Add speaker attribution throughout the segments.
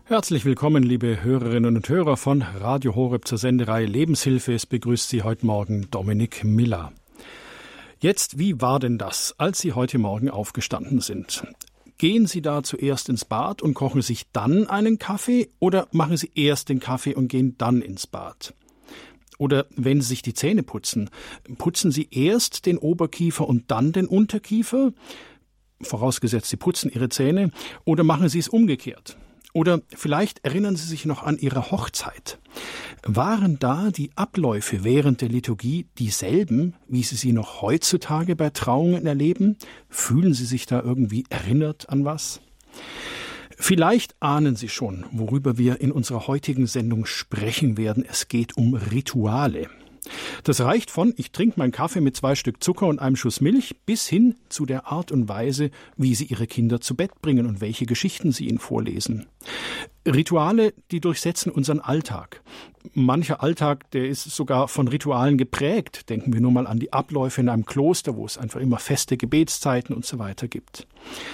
Speaker 1: Herzlich willkommen, liebe Hörerinnen und Hörer von Radio Horeb zur Sendereihe Lebenshilfe. Es begrüßt Sie heute Morgen Dominik Miller. Jetzt, wie war denn das, als Sie heute Morgen aufgestanden sind? Gehen Sie da zuerst ins Bad und kochen sich dann einen Kaffee oder machen Sie erst den Kaffee und gehen dann ins Bad? Oder wenn Sie sich die Zähne putzen, putzen Sie erst den Oberkiefer und dann den Unterkiefer? Vorausgesetzt, Sie putzen Ihre Zähne. Oder machen Sie es umgekehrt? Oder vielleicht erinnern Sie sich noch an Ihre Hochzeit. Waren da die Abläufe während der Liturgie dieselben, wie Sie sie noch heutzutage bei Trauungen erleben? Fühlen Sie sich da irgendwie erinnert an was? Vielleicht ahnen Sie schon, worüber wir in unserer heutigen Sendung sprechen werden. Es geht um Rituale. Das reicht von, ich trinke meinen Kaffee mit 2 Stück Zucker und einem Schuss Milch, bis hin zu der Art und Weise, wie Sie Ihre Kinder zu Bett bringen und welche Geschichten Sie ihnen vorlesen. Rituale, die durchsetzen unseren Alltag. Mancher Alltag, der ist sogar von Ritualen geprägt. Denken wir nur mal an die Abläufe in einem Kloster, wo es einfach immer feste Gebetszeiten und so weiter gibt.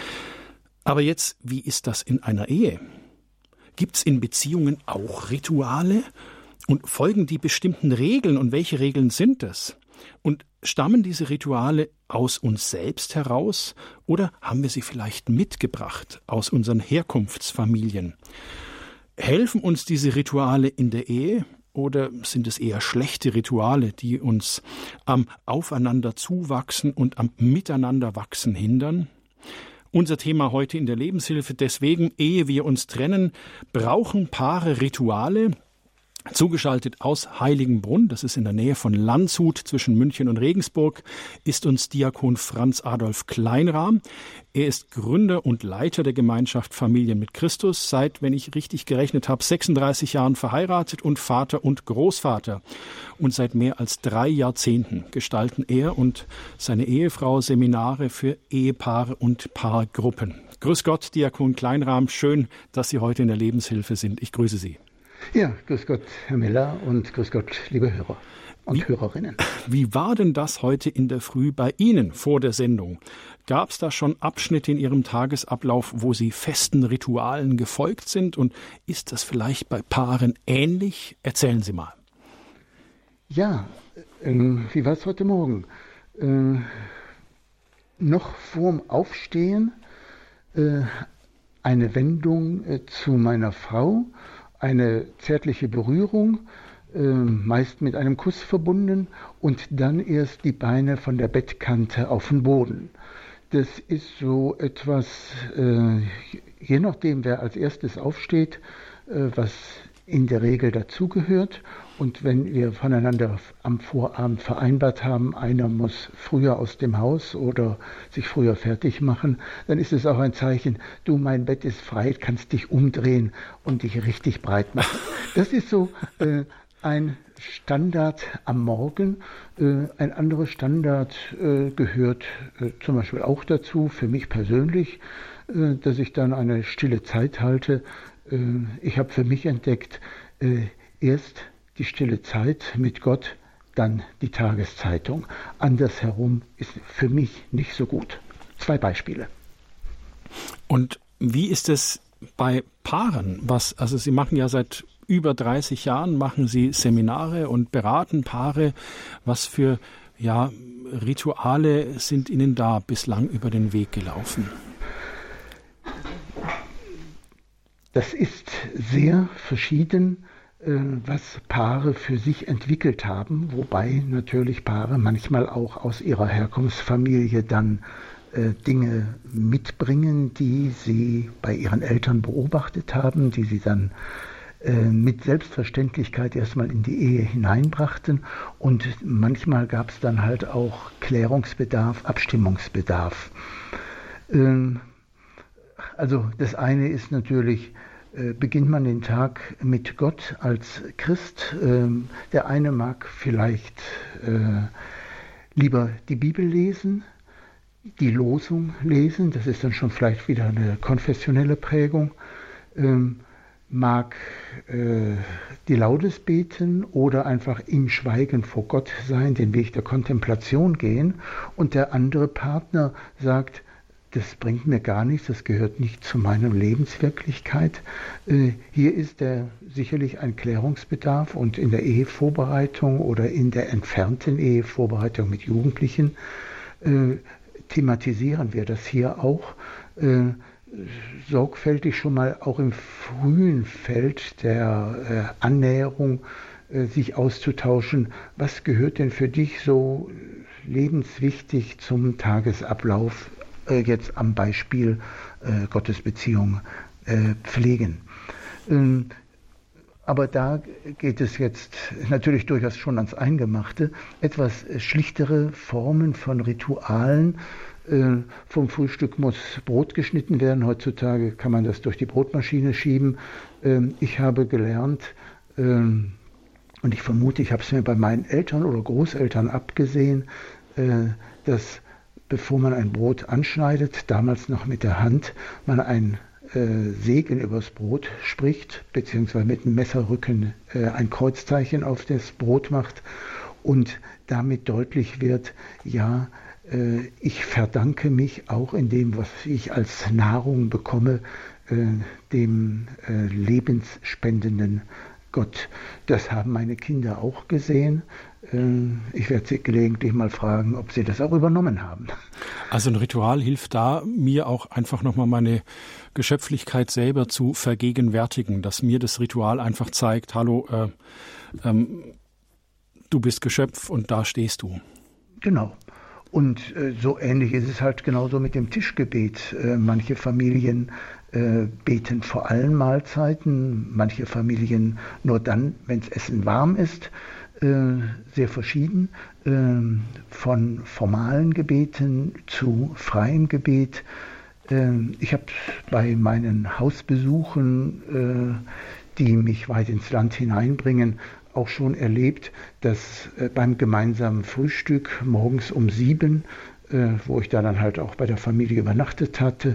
Speaker 1: Aber jetzt, wie ist das in einer Ehe? Gibt es in Beziehungen auch Rituale? Und folgen die bestimmten Regeln? Und welche Regeln sind es? Und stammen diese Rituale aus uns selbst heraus? Oder haben wir sie vielleicht mitgebracht aus unseren Herkunftsfamilien? Helfen uns diese Rituale in der Ehe? Oder sind es eher schlechte Rituale, die uns am Aufeinander zuwachsen und am Miteinanderwachsen hindern? Unser Thema heute in der Lebenshilfe. Deswegen, ehe wir uns trennen, brauchen Paare Rituale. Zugeschaltet aus Heiligenbrunn, das ist in der Nähe von Landshut zwischen München und Regensburg, ist uns Diakon Franz Adolf Kleinrahm. Er ist Gründer und Leiter der Gemeinschaft Familien mit Christus, seit, wenn ich richtig gerechnet habe, 36 Jahren verheiratet und Vater und Großvater. Und seit mehr als 3 Jahrzehnten gestalten er und seine Ehefrau Seminare für Ehepaare und Paargruppen. Grüß Gott, Diakon Kleinrahm, schön, dass Sie heute in der Lebenshilfe sind. Ich grüße Sie.
Speaker 2: Ja, grüß Gott, Herr Miller, und grüß Gott, liebe Hörer und Hörerinnen.
Speaker 1: Wie war denn das heute in der Früh bei Ihnen vor der Sendung? Gab es da schon Abschnitte in Ihrem Tagesablauf, wo Sie festen Ritualen gefolgt sind? Und ist das vielleicht bei Paaren ähnlich? Erzählen Sie mal.
Speaker 2: Ja, wie war es heute Morgen? Noch vorm Aufstehen eine Wendung zu meiner Frau, eine zärtliche Berührung, meist mit einem Kuss verbunden, und dann erst die Beine von der Bettkante auf den Boden. Das ist so etwas, je nachdem, wer als erstes aufsteht, was in der Regel dazugehört. Und wenn wir voneinander am Vorabend vereinbart haben, einer muss früher aus dem Haus oder sich früher fertig machen, dann ist es auch ein Zeichen, du, mein Bett ist frei, kannst dich umdrehen und dich richtig breit machen. Das ist so ein Standard am Morgen. Ein anderer Standard gehört zum Beispiel auch dazu, für mich persönlich, dass ich dann eine stille Zeit halte. Ich habe für mich entdeckt, erst die stille Zeit mit Gott, dann die Tageszeitung. Andersherum ist für mich nicht so gut. 2 Beispiele.
Speaker 1: Und wie ist es bei Paaren? Also Sie machen ja seit über 30 Jahren, machen Sie Seminare und beraten Paare. Was für Rituale sind Ihnen da bislang über den Weg gelaufen?
Speaker 2: Das ist sehr verschieden, was Paare für sich entwickelt haben, wobei natürlich Paare manchmal auch aus ihrer Herkunftsfamilie dann Dinge mitbringen, die sie bei ihren Eltern beobachtet haben, die sie dann mit Selbstverständlichkeit erstmal in die Ehe hineinbrachten, und manchmal gab es dann halt auch Klärungsbedarf, Abstimmungsbedarf. Also das eine ist natürlich, beginnt man den Tag mit Gott als Christ. Der eine mag vielleicht lieber die Bibel lesen, die Losung lesen, das ist dann schon vielleicht wieder eine konfessionelle Prägung, mag die Laudes beten oder einfach im Schweigen vor Gott sein, den Weg der Kontemplation gehen, und der andere Partner sagt, das bringt mir gar nichts, das gehört nicht zu meiner Lebenswirklichkeit. Hier ist sicherlich ein Klärungsbedarf und in der Ehevorbereitung oder in der entfernten Ehevorbereitung mit Jugendlichen thematisieren wir das hier auch sorgfältig schon mal auch im frühen Feld der Annäherung sich auszutauschen. Was gehört denn für dich so lebenswichtig zum Tagesablauf, jetzt am Beispiel Gottesbeziehung pflegen? Aber da geht es jetzt natürlich durchaus schon ans Eingemachte. Etwas schlichtere Formen von Ritualen. Vom Frühstück muss Brot geschnitten werden. Heutzutage kann man das durch die Brotmaschine schieben. Ich habe gelernt, und ich vermute, ich habe es mir bei meinen Eltern oder Großeltern abgesehen, dass bevor man ein Brot anschneidet, damals noch mit der Hand, man ein Segen übers Brot spricht, beziehungsweise mit dem Messerrücken ein Kreuzzeichen auf das Brot macht und damit deutlich wird, ja, ich verdanke mich auch in dem, was ich als Nahrung bekomme, dem lebensspendenden Gott. Das haben meine Kinder auch gesehen. Ich werde sie gelegentlich mal fragen, ob sie das auch übernommen haben.
Speaker 1: Also ein Ritual hilft da, mir auch einfach nochmal meine Geschöpflichkeit selber zu vergegenwärtigen, dass mir das Ritual einfach zeigt, hallo, du bist Geschöpf und da stehst du.
Speaker 2: Genau. Und so ähnlich ist es halt genauso mit dem Tischgebet. Manche Familien beten vor allen Mahlzeiten, manche Familien nur dann, wenn das Essen warm ist. Sehr verschieden, von formalen Gebeten zu freiem Gebet. Ich habe bei meinen Hausbesuchen, die mich weit ins Land hineinbringen, auch schon erlebt, dass beim gemeinsamen Frühstück morgens um 7, wo ich da dann halt auch bei der Familie übernachtet hatte,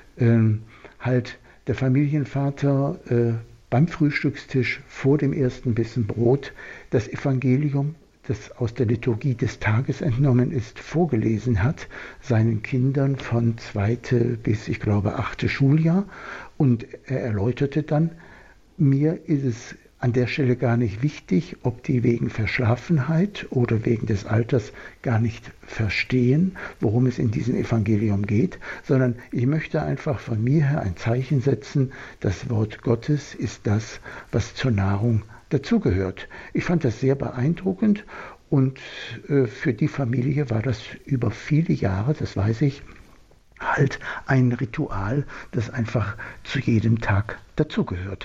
Speaker 2: halt der Familienvater beim Frühstückstisch vor dem ersten Bissen Brot das Evangelium, das aus der Liturgie des Tages entnommen ist, vorgelesen hat, seinen Kindern von 2. bis, ich glaube, 8. Schuljahr. Und er erläuterte dann, mir ist es an der Stelle gar nicht wichtig, ob die wegen Verschlafenheit oder wegen des Alters gar nicht verstehen, worum es in diesem Evangelium geht, sondern ich möchte einfach von mir her ein Zeichen setzen, das Wort Gottes ist das, was zur Nahrung dazugehört. Ich fand das sehr beeindruckend und für die Familie war das über viele Jahre, das weiß ich, halt ein Ritual, das einfach zu jedem Tag dazugehörte.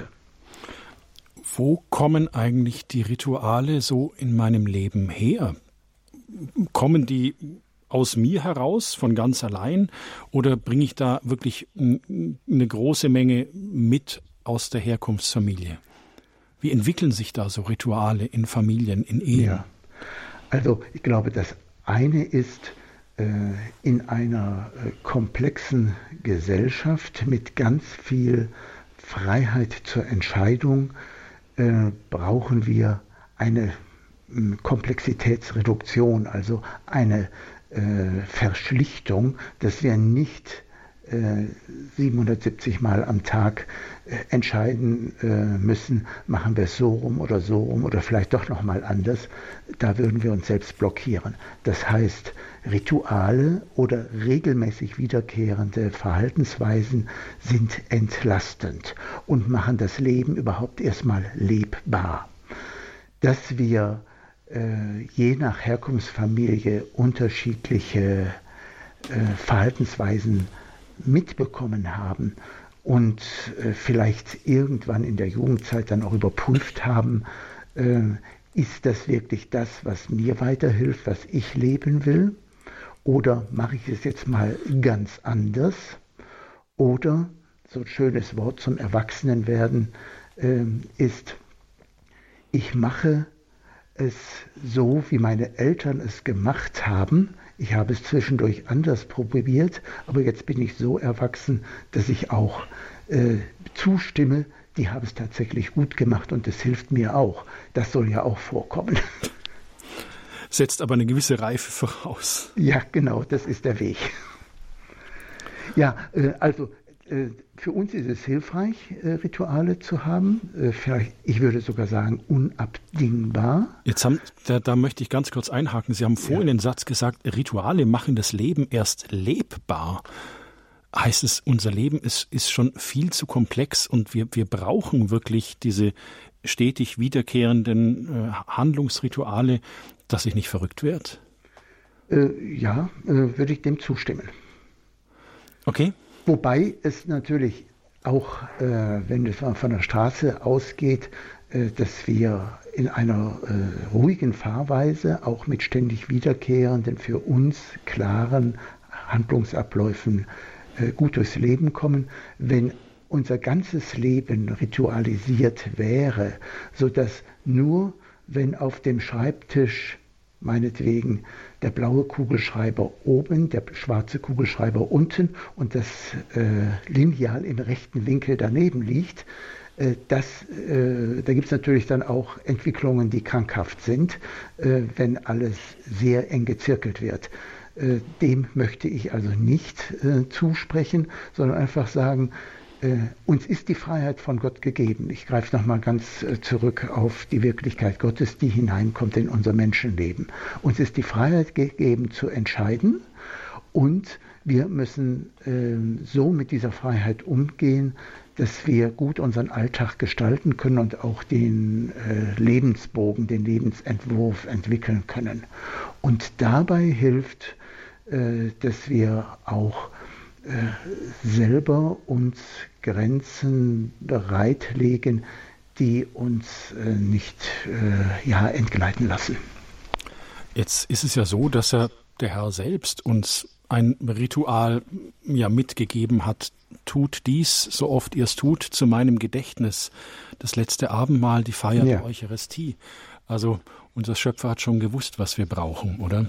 Speaker 1: Wo kommen eigentlich die Rituale so in meinem Leben her? Kommen die aus mir heraus, von ganz allein, oder bringe ich da wirklich eine große Menge mit aus der Herkunftsfamilie? Wie entwickeln sich da so Rituale in Familien, in Ehen?
Speaker 2: Ja, also ich glaube, das eine ist, in einer komplexen Gesellschaft mit ganz viel Freiheit zur Entscheidung brauchen wir eine Komplexitätsreduktion, also eine Verschlichtung, dass wir nicht 770 Mal am Tag entscheiden müssen, machen wir es so rum oder vielleicht doch noch mal anders. Da würden wir uns selbst blockieren. Das heißt, Rituale oder regelmäßig wiederkehrende Verhaltensweisen sind entlastend und machen das Leben überhaupt erstmal lebbar. Dass wir je nach Herkunftsfamilie unterschiedliche Verhaltensweisen mitbekommen haben und vielleicht irgendwann in der Jugendzeit dann auch überprüft haben, ist das wirklich das, was mir weiterhilft, was ich leben will? Oder mache ich es jetzt mal ganz anders? Oder, so ein schönes Wort zum Erwachsenenwerden ist, ich mache es so, wie meine Eltern es gemacht haben. Ich habe es zwischendurch anders probiert, aber jetzt bin ich so erwachsen, dass ich auch zustimme, die haben es tatsächlich gut gemacht und es hilft mir auch. Das soll ja auch vorkommen.
Speaker 1: Setzt aber eine gewisse Reife voraus.
Speaker 2: Ja, genau, das ist der Weg. Ja, also für uns ist es hilfreich, Rituale zu haben. Vielleicht, ich würde sogar sagen, unabdingbar.
Speaker 1: Da möchte ich ganz kurz einhaken. Sie haben vorhin den Satz gesagt, Rituale machen das Leben erst lebbar. Heißt es, unser Leben ist schon viel zu komplex und wir brauchen wirklich diese stetig wiederkehrenden Handlungsrituale, dass ich nicht verrückt werde?
Speaker 2: Würde ich dem zustimmen.
Speaker 1: Okay.
Speaker 2: Wobei es natürlich auch, wenn es von der Straße ausgeht, dass wir in einer ruhigen Fahrweise, auch mit ständig wiederkehrenden, für uns klaren Handlungsabläufen gut durchs Leben kommen. Wenn unser ganzes Leben ritualisiert wäre, sodass nur, wenn auf dem Schreibtisch meinetwegen der blaue Kugelschreiber oben, der schwarze Kugelschreiber unten und das Lineal im rechten Winkel daneben liegt, da gibt es natürlich dann auch Entwicklungen, die krankhaft sind, wenn alles sehr eng gezirkelt wird. Dem möchte ich also nicht zusprechen, sondern einfach sagen, uns ist die Freiheit von Gott gegeben. Ich greife nochmal ganz zurück auf die Wirklichkeit Gottes, die hineinkommt in unser Menschenleben. Uns ist die Freiheit gegeben zu entscheiden und wir müssen so mit dieser Freiheit umgehen, dass wir gut unseren Alltag gestalten können und auch den Lebensbogen, den Lebensentwurf entwickeln können. Und dabei hilft, dass wir auch selber uns Grenzen bereitlegen, die uns nicht entgleiten lassen.
Speaker 1: Jetzt ist es ja so, dass der Herr selbst uns ein Ritual mitgegeben hat. Tut dies, so oft ihr es tut, zu meinem Gedächtnis. Das letzte Abendmahl, die Feier der Eucharistie. Also unser Schöpfer hat schon gewusst, was wir brauchen, oder?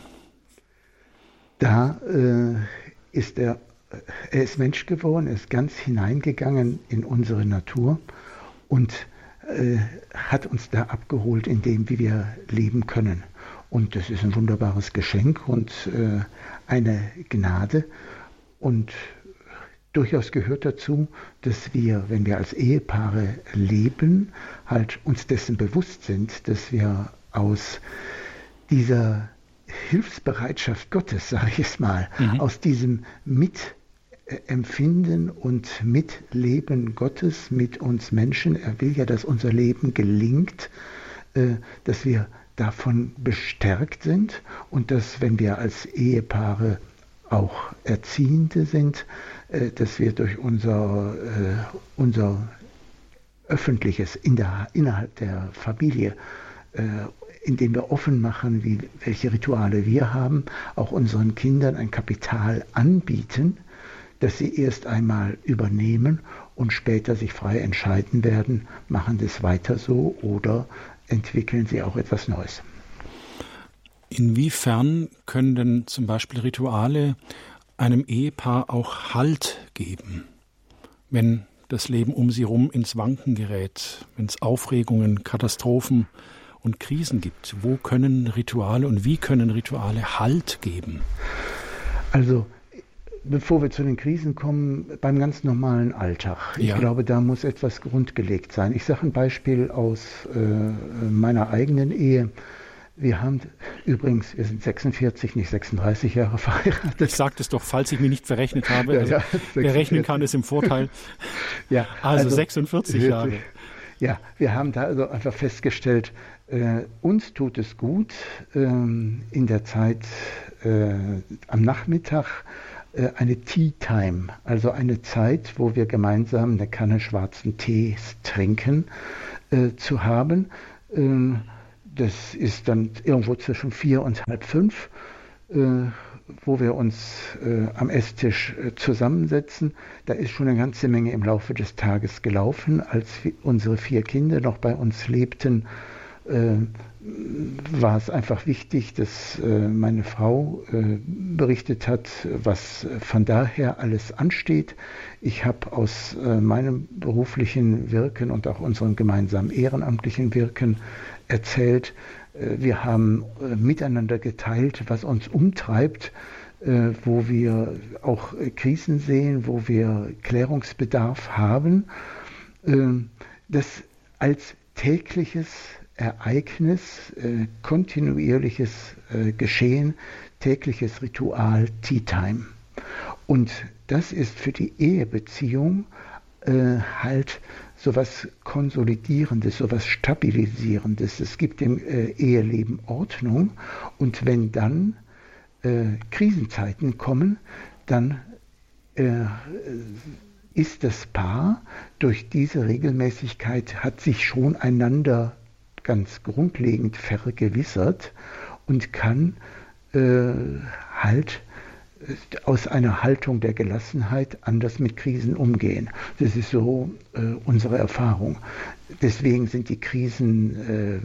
Speaker 2: Da ist er ist Mensch geworden, ist ganz hineingegangen in unsere Natur und hat uns da abgeholt in dem, wie wir leben können. Und das ist ein wunderbares Geschenk und eine Gnade. Und durchaus gehört dazu, dass wir, wenn wir als Ehepaare leben, halt uns dessen bewusst sind, dass wir aus dieser Hilfsbereitschaft Gottes, sage ich es mal, aus diesem Mitempfinden und Mitleben Gottes mit uns Menschen, er will ja, dass unser Leben gelingt, dass wir davon bestärkt sind und dass, wenn wir als Ehepaare auch Erziehende sind, dass wir durch unser Öffentliches innerhalb der Familie, indem wir offen machen, welche Rituale wir haben, auch unseren Kindern ein Kapital anbieten, das sie erst einmal übernehmen und später sich frei entscheiden werden, machen das weiter so oder entwickeln sie auch etwas Neues.
Speaker 1: Inwiefern können denn zum Beispiel Rituale einem Ehepaar auch Halt geben, wenn das Leben um sie herum ins Wanken gerät, wenn es Aufregungen, Katastrophen und Krisen gibt? Wo können Rituale und wie können Rituale Halt geben?
Speaker 2: Also, bevor wir zu den Krisen kommen, beim ganz normalen Alltag. Ich glaube, da muss etwas grundgelegt sein. Ich sage ein Beispiel aus meiner eigenen Ehe. Wir sind 46, nicht 36 Jahre verheiratet.
Speaker 1: Ich sagte es doch, falls ich mich nicht verrechnet habe. Also, wer rechnen kann, ist im Vorteil. Also 46 Jahre.
Speaker 2: Ja, wir haben da also einfach festgestellt, uns tut es gut, in der Zeit am Nachmittag eine Tea Time, also eine Zeit, wo wir gemeinsam eine Kanne schwarzen Tees trinken, zu haben. Das ist dann irgendwo zwischen 4 und halb 5, wo wir uns am Esstisch zusammensetzen. Da ist schon eine ganze Menge im Laufe des Tages gelaufen. Als unsere 4 Kinder noch bei uns lebten, war es einfach wichtig, dass meine Frau berichtet hat, was von daher alles ansteht. Ich habe aus meinem beruflichen Wirken und auch unserem gemeinsamen ehrenamtlichen Wirken erzählt. Wir haben miteinander geteilt, was uns umtreibt. wo wir auch Krisen sehen, wo wir Klärungsbedarf haben, das als tägliches Ereignis, kontinuierliches Geschehen, tägliches Ritual, Tea Time. Und das ist für die Ehebeziehung halt sowas Konsolidierendes, sowas Stabilisierendes. Es gibt dem Eheleben Ordnung, und wenn dann Krisenzeiten kommen, dann ist das Paar durch diese Regelmäßigkeit, hat sich schon einander ganz grundlegend vergewissert und kann halt aus einer Haltung der Gelassenheit anders mit Krisen umgehen. Das ist so unsere Erfahrung. Deswegen sind die Krisen,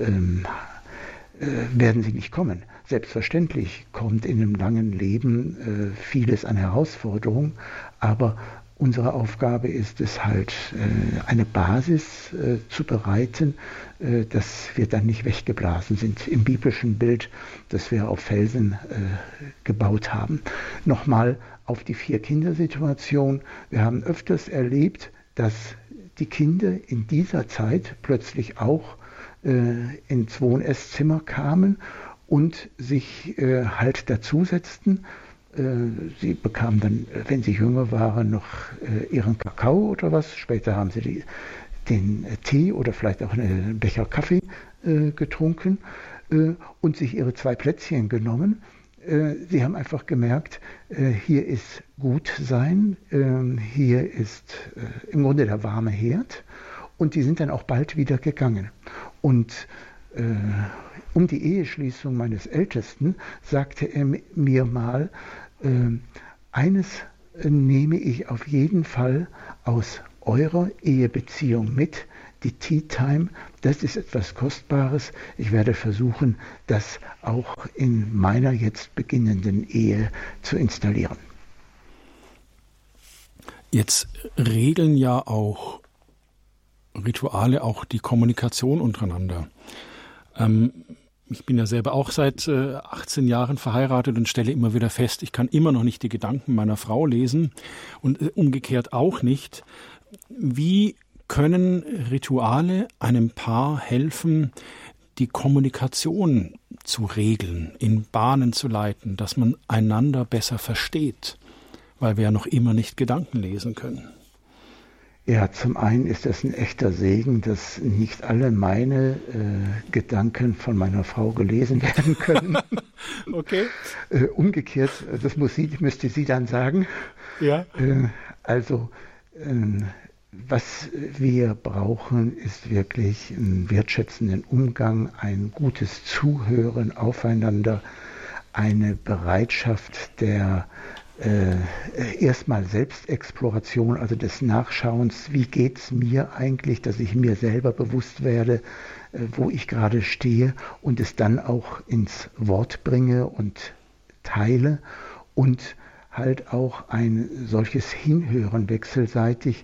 Speaker 2: werden sie nicht kommen. Selbstverständlich kommt in einem langen Leben vieles an Herausforderungen, aber unsere Aufgabe ist es halt, eine Basis zu bereiten, dass wir dann nicht weggeblasen sind. Im biblischen Bild, das wir auf Felsen gebaut haben. Nochmal auf die 4-Kinder-Situation. Wir haben öfters erlebt, dass die Kinder in dieser Zeit plötzlich auch ins Wohn-Esszimmer kamen und sich halt dazusetzten. Sie bekamen dann, wenn sie jünger waren, noch ihren Kakao oder was. Später haben sie den Tee oder vielleicht auch einen Becher Kaffee getrunken und sich ihre 2 Plätzchen genommen. Sie haben einfach gemerkt, hier ist Gutsein, hier ist im Grunde der warme Herd, und die sind dann auch bald wieder gegangen. Und um die Eheschließung meines Ältesten sagte er mir mal, eines nehme ich auf jeden Fall aus eurer Ehebeziehung mit, die Tea Time, das ist etwas Kostbares. Ich werde versuchen, das auch in meiner jetzt beginnenden Ehe zu installieren.
Speaker 1: Jetzt regeln ja auch Rituale auch die Kommunikation untereinander. Ich bin ja selber auch seit 18 Jahren verheiratet und stelle immer wieder fest, ich kann immer noch nicht die Gedanken meiner Frau lesen und umgekehrt auch nicht. Wie können Rituale einem Paar helfen, die Kommunikation zu regeln, in Bahnen zu leiten, dass man einander besser versteht, weil wir ja noch immer nicht Gedanken lesen können?
Speaker 2: Ja, zum einen ist das ein echter Segen, dass nicht alle meine Gedanken von meiner Frau gelesen werden können.
Speaker 1: Okay.
Speaker 2: Umgekehrt, das müsste sie dann sagen.
Speaker 1: Ja.
Speaker 2: Was wir brauchen, ist wirklich einen wertschätzenden Umgang, ein gutes Zuhören aufeinander, eine Bereitschaft der erstmal Selbstexploration, also des Nachschauens, wie geht es mir eigentlich, dass ich mir selber bewusst werde, wo ich gerade stehe, und es dann auch ins Wort bringe und teile, und halt auch ein solches Hinhören wechselseitig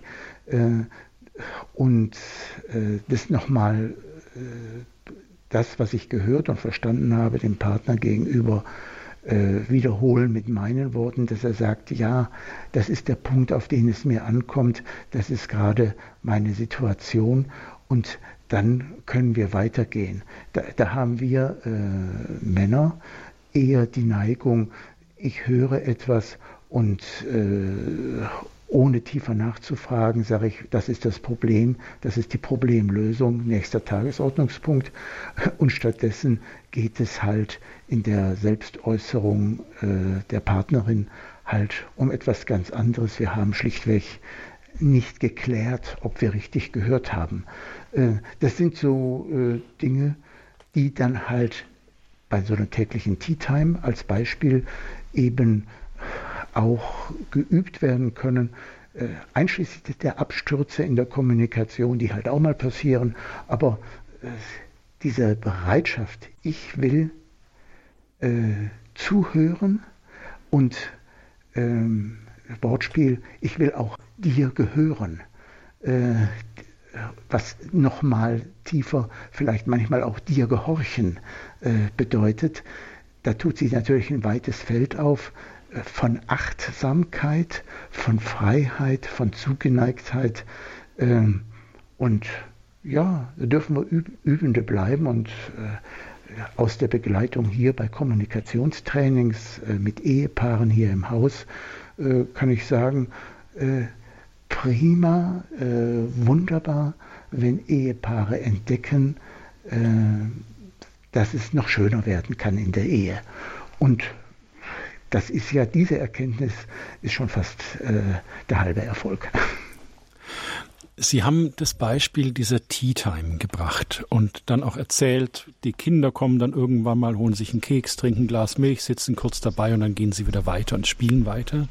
Speaker 2: und das nochmal, das, was ich gehört und verstanden habe, dem Partner gegenüber wiederholen mit meinen Worten, dass er sagt, ja, das ist der Punkt, auf den es mir ankommt, das ist gerade meine Situation, und dann können wir weitergehen. Da haben wir Männer eher die Neigung, ich höre etwas und ohne tiefer nachzufragen, sage ich, das ist das Problem, das ist die Problemlösung, nächster Tagesordnungspunkt. Und stattdessen geht es halt in der Selbstäußerung der Partnerin halt um etwas ganz anderes. Wir haben schlichtweg nicht geklärt, ob wir richtig gehört haben. Das sind so Dinge, die dann halt bei so einer täglichen Tea Time als Beispiel eben auch geübt werden können, einschließlich der Abstürze in der Kommunikation, die halt auch mal passieren, aber diese Bereitschaft, ich will zuhören und Wortspiel, ich will auch dir gehören, was nochmal tiefer vielleicht manchmal auch dir gehorchen bedeutet. da tut sich natürlich ein weites Feld auf von Achtsamkeit, von Freiheit, von Zugeneigtheit. Und ja, da dürfen wir Übende bleiben und aus der Begleitung hier bei Kommunikationstrainings mit Ehepaaren hier im Haus kann ich sagen, prima, wunderbar, wenn Ehepaare entdecken, dass es noch schöner werden kann in der Ehe. Und das ist ja, diese Erkenntnis ist schon fast der halbe Erfolg.
Speaker 1: Sie haben das Beispiel dieser Tea Time gebracht und dann auch erzählt, die Kinder kommen dann irgendwann mal, holen sich einen Keks, trinken ein Glas Milch, sitzen kurz dabei und dann gehen sie wieder weiter und spielen weiter.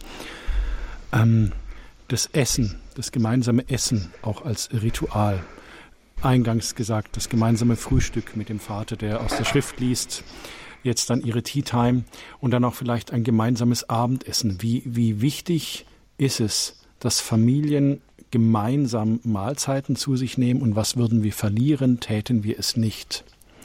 Speaker 1: Das Essen, das gemeinsame Essen auch als Ritual. Eingangs gesagt, das gemeinsame Frühstück mit dem Vater, der aus der Schrift liest, jetzt dann ihre Tea Time und dann auch vielleicht ein gemeinsames Abendessen. Wie wichtig ist es, dass Familien gemeinsam Mahlzeiten zu sich nehmen und was würden wir verlieren, täten wir es nicht?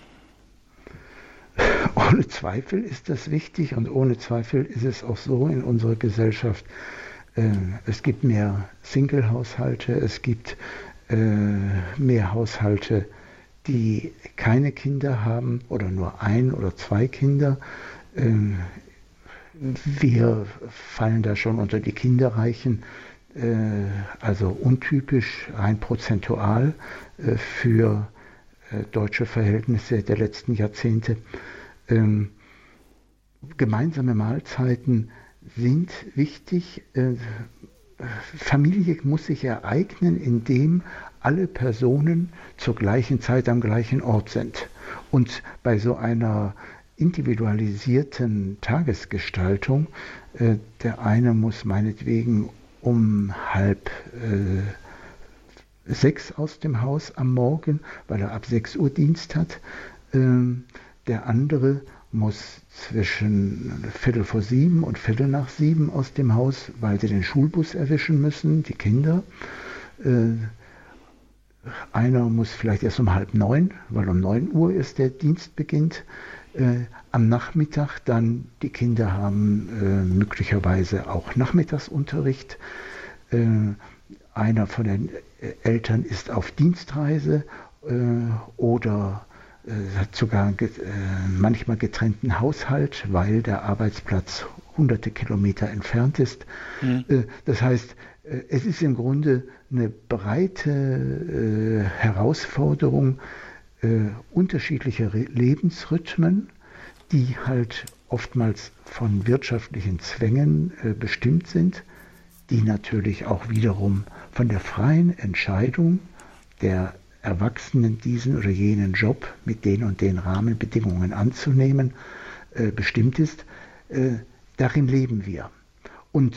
Speaker 2: Ohne Zweifel ist das wichtig und ohne Zweifel ist es auch so in unserer Gesellschaft. Es gibt mehr Single-Haushalte, es gibt mehr Haushalte, die keine Kinder haben oder nur 1 oder 2 Kinder. Wir fallen da schon unter die Kinderreichen, also untypisch, rein prozentual für deutsche Verhältnisse der letzten Jahrzehnte. Gemeinsame Mahlzeiten sind wichtig. Familie muss sich ereignen, indem alle Personen zur gleichen Zeit am gleichen Ort sind. Und bei so einer individualisierten Tagesgestaltung, der eine muss meinetwegen um 5:30 aus dem Haus am Morgen, weil er ab 6 Uhr Dienst hat. Der andere muss zwischen 6:45 und 6:45 aus dem Haus, weil sie den Schulbus erwischen müssen, die Kinder. Einer muss vielleicht erst um 8:30, weil um 9 Uhr ist der Dienst beginnt. Am Nachmittag dann, die Kinder haben möglicherweise auch Nachmittagsunterricht. Einer von den Eltern ist auf Dienstreise oder hat sogar manchmal getrennten Haushalt, weil der Arbeitsplatz hunderte Kilometer entfernt ist. Das heißt, es ist im Grunde eine breite Herausforderung, unterschiedliche Lebensrhythmen, die halt oftmals von wirtschaftlichen Zwängen bestimmt sind, die natürlich auch wiederum von der freien Entscheidung der Erwachsenen, diesen oder jenen Job mit den und den Rahmenbedingungen anzunehmen, bestimmt ist. Darin leben wir. Und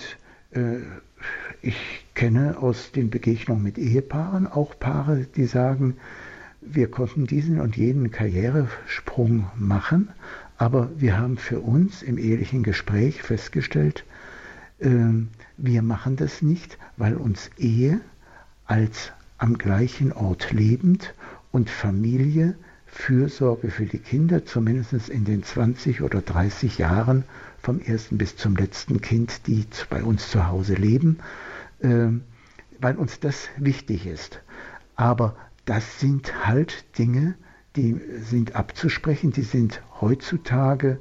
Speaker 2: ich kenne aus den Begegnungen mit Ehepaaren auch Paare, die sagen, wir konnten diesen und jenen Karrieresprung machen, aber wir haben für uns im ehelichen Gespräch festgestellt, wir machen das nicht, weil uns Ehe als am gleichen Ort lebend und Familie, Fürsorge für die Kinder, zumindest in den 20 oder 30 Jahren vom ersten bis zum letzten Kind, die bei uns zu Hause leben, weil uns das wichtig ist. Aber das sind halt Dinge, die sind abzusprechen, die sind heutzutage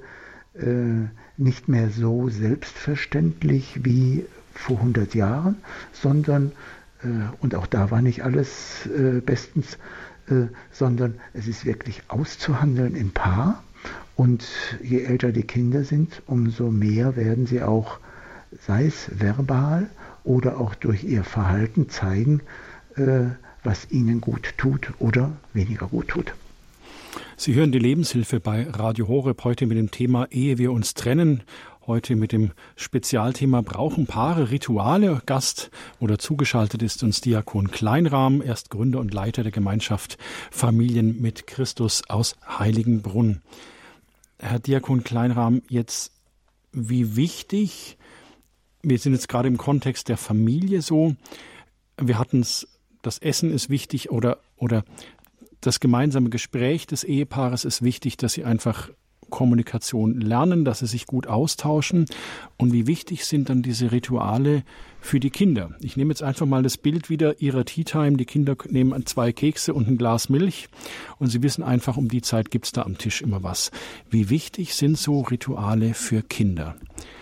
Speaker 2: nicht mehr so selbstverständlich wie vor 100 Jahren, sondern, und auch da war nicht alles bestens, sondern es ist wirklich auszuhandeln im Paar. Und je älter die Kinder sind, umso mehr werden sie auch, sei es verbal oder auch durch ihr Verhalten zeigen, was ihnen gut tut oder weniger gut tut.
Speaker 1: Sie hören die Lebenshilfe bei Radio Horeb heute mit dem Thema Ehe wir uns trennen. Heute mit dem Spezialthema Brauchen Paare Rituale? Gast oder zugeschaltet ist uns Diakon Kleinrahm, er ist Gründer und Leiter der Gemeinschaft Familien mit Christus aus Heiligenbrunn. Herr Diakon Kleinrahm, jetzt wie wichtig, wir sind jetzt gerade im Kontext der Familie so, wir hatten es, das Essen ist wichtig oder das gemeinsame Gespräch des Ehepaares ist wichtig, dass sie einfach Kommunikation lernen, dass sie sich gut austauschen. Und wie wichtig sind dann diese Rituale für die Kinder? Ich nehme jetzt einfach mal das Bild wieder ihrer Tea Time. Die Kinder nehmen 2 Kekse und ein Glas Milch und sie wissen einfach, um die Zeit gibt's da am Tisch immer was. Wie wichtig sind so Rituale für Kinder?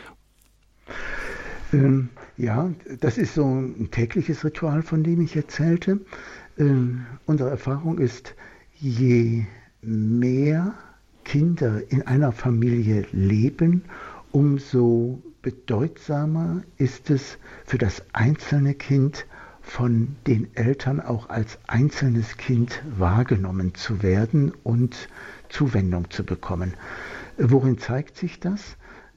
Speaker 2: Ja, das ist so ein tägliches Ritual, von dem ich erzählte. Unsere Erfahrung ist, je mehr Kinder in einer Familie leben, umso bedeutsamer ist es für das einzelne Kind, von den Eltern auch als einzelnes Kind wahrgenommen zu werden und Zuwendung zu bekommen. Worin zeigt sich das?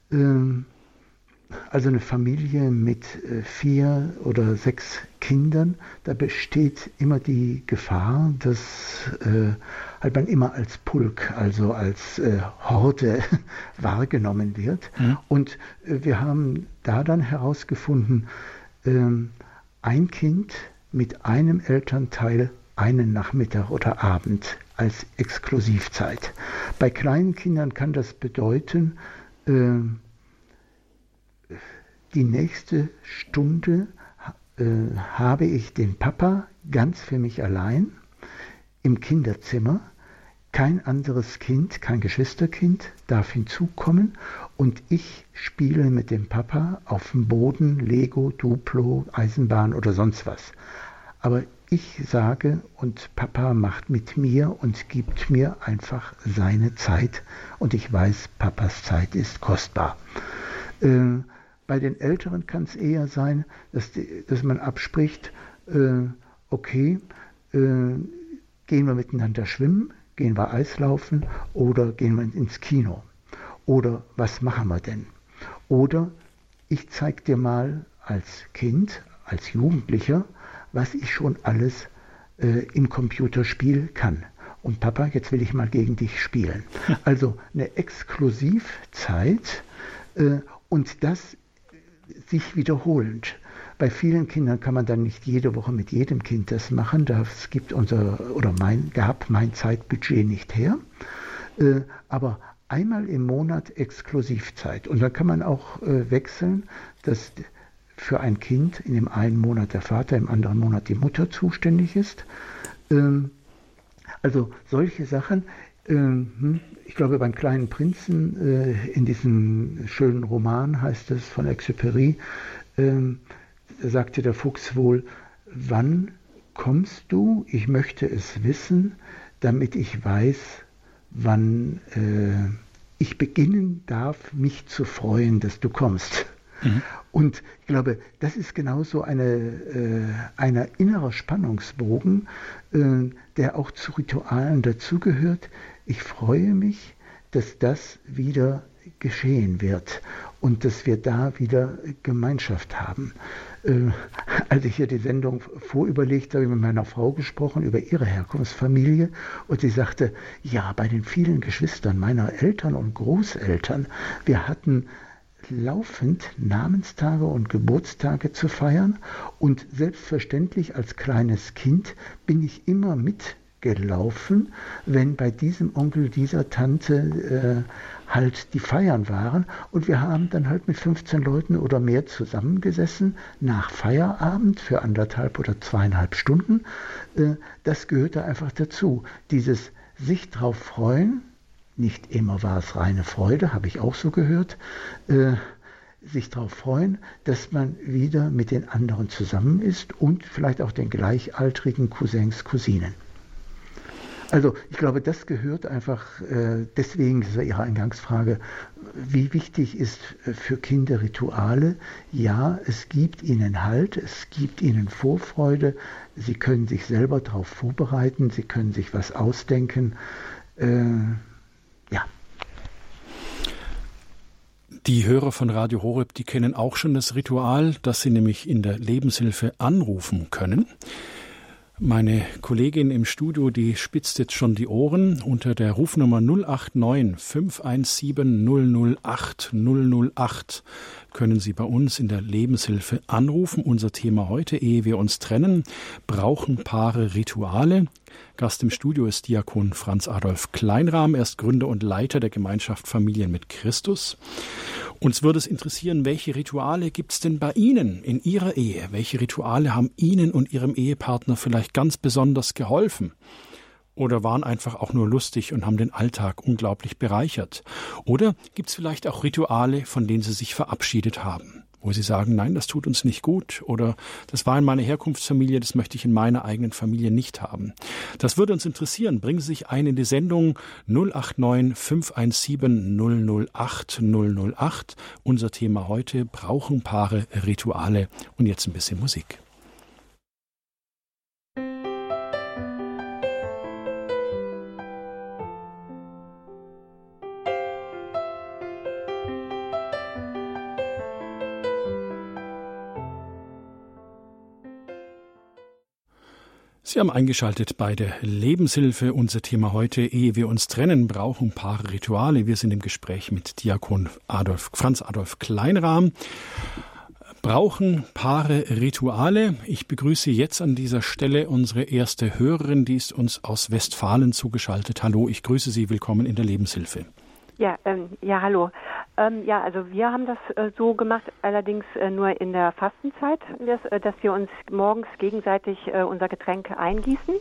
Speaker 2: Also eine Familie mit 4 oder 6 Kindern, da besteht immer die Gefahr, dass halt man immer als Pulk, also als Horde wahrgenommen wird. Mhm. Und wir haben da dann herausgefunden, ein Kind mit einem Elternteil einen Nachmittag oder Abend als Exklusivzeit. Bei kleinen Kindern kann das bedeuten, die nächste Stunde habe ich den Papa ganz für mich allein im Kinderzimmer. Kein anderes Kind, kein Geschwisterkind darf hinzukommen und ich spiele mit dem Papa auf dem Boden, Lego, Duplo, Eisenbahn oder sonst was. Aber ich sage und Papa macht mit mir und gibt mir einfach seine Zeit und ich weiß, Papas Zeit ist kostbar. Bei den Älteren kann es eher sein, dass man abspricht, okay, gehen wir miteinander schwimmen, gehen wir Eislaufen oder gehen wir ins Kino? Oder was machen wir denn? Oder ich zeige dir mal als Kind, als Jugendlicher, was ich schon alles im Computerspiel kann. Und Papa, jetzt will ich mal gegen dich spielen. Also eine Exklusivzeit und das sich wiederholend. Bei vielen Kindern kann man dann nicht jede Woche mit jedem Kind das machen. Das gibt gab mein Zeitbudget nicht her. Aber einmal im Monat Exklusivzeit. Und dann kann man auch wechseln, dass für ein Kind in dem einen Monat der Vater, im anderen Monat die Mutter zuständig ist. Also solche Sachen. Ich glaube, beim Kleinen Prinzen, in diesem schönen Roman heißt es von Exupéry, sagte der Fuchs wohl, wann kommst du? Ich möchte es wissen, damit ich weiß, wann ich beginnen darf, mich zu freuen, dass du kommst. Mhm. Und ich glaube, das ist genauso ein innerer Spannungsbogen, der auch zu Ritualen dazugehört. Ich freue mich, dass das wieder geschehen wird und dass wir da wieder Gemeinschaft haben. Als ich hier die Sendung vorüberlegt habe, habe ich mit meiner Frau gesprochen über ihre Herkunftsfamilie und sie sagte, ja, bei den vielen Geschwistern meiner Eltern und Großeltern, wir hatten laufend Namenstage und Geburtstage zu feiern und selbstverständlich als kleines Kind bin ich immer mitgelaufen, wenn bei diesem Onkel, dieser Tante halt die Feiern waren und wir haben dann halt mit 15 Leuten oder mehr zusammengesessen nach Feierabend für 1,5 oder 2,5 Stunden. Das gehörte einfach dazu, dieses sich drauf freuen. Nicht immer war es reine Freude, habe ich auch so gehört, sich darauf freuen, dass man wieder mit den anderen zusammen ist und vielleicht auch den gleichaltrigen Cousins, Cousinen. Also ich glaube, das gehört einfach, deswegen ist Ihre Eingangsfrage, wie wichtig ist für Kinder Rituale? Ja, es gibt ihnen Halt, es gibt ihnen Vorfreude, sie können sich selber darauf vorbereiten, sie können sich was ausdenken. Ja.
Speaker 1: Die Hörer von Radio Horeb, die kennen auch schon das Ritual, dass sie nämlich in der Lebenshilfe anrufen können. Meine Kollegin im Studio, die spitzt jetzt schon die Ohren. Unter der Rufnummer 089 517 008 008 können Sie bei uns in der Lebenshilfe anrufen. Unser Thema heute, ehe wir uns trennen, brauchen Paare Rituale. Gast im Studio ist Diakon Franz Adolf Kleinrahm. Er ist Gründer und Leiter der Gemeinschaft Familien mit Christus. Uns würde es interessieren, welche Rituale gibt es denn bei Ihnen in Ihrer Ehe? Welche Rituale haben Ihnen und Ihrem Ehepartner vielleicht ganz besonders geholfen? Oder waren einfach auch nur lustig und haben den Alltag unglaublich bereichert? Oder gibt es vielleicht auch Rituale, von denen Sie sich verabschiedet haben? Wo Sie sagen, nein, das tut uns nicht gut, oder das war in meiner Herkunftsfamilie, das möchte ich in meiner eigenen Familie nicht haben. Das würde uns interessieren. Bringen Sie sich ein in die Sendung 089 517 008 008. Unser Thema heute, brauchen Paare Rituale? Und jetzt ein bisschen Musik. Sie haben eingeschaltet bei der Lebenshilfe. Unser Thema heute, ehe wir uns trennen, brauchen Paare Rituale. Wir sind im Gespräch mit Diakon Franz Adolf Kleinrahm. Brauchen Paare Rituale? Ich begrüße jetzt an dieser Stelle unsere erste Hörerin, die ist uns aus Westfalen zugeschaltet. Hallo, ich grüße Sie, willkommen in der Lebenshilfe.
Speaker 3: Ja, hallo. Also wir haben das so gemacht, allerdings nur in der Fastenzeit, dass wir uns morgens gegenseitig unser Getränk eingießen.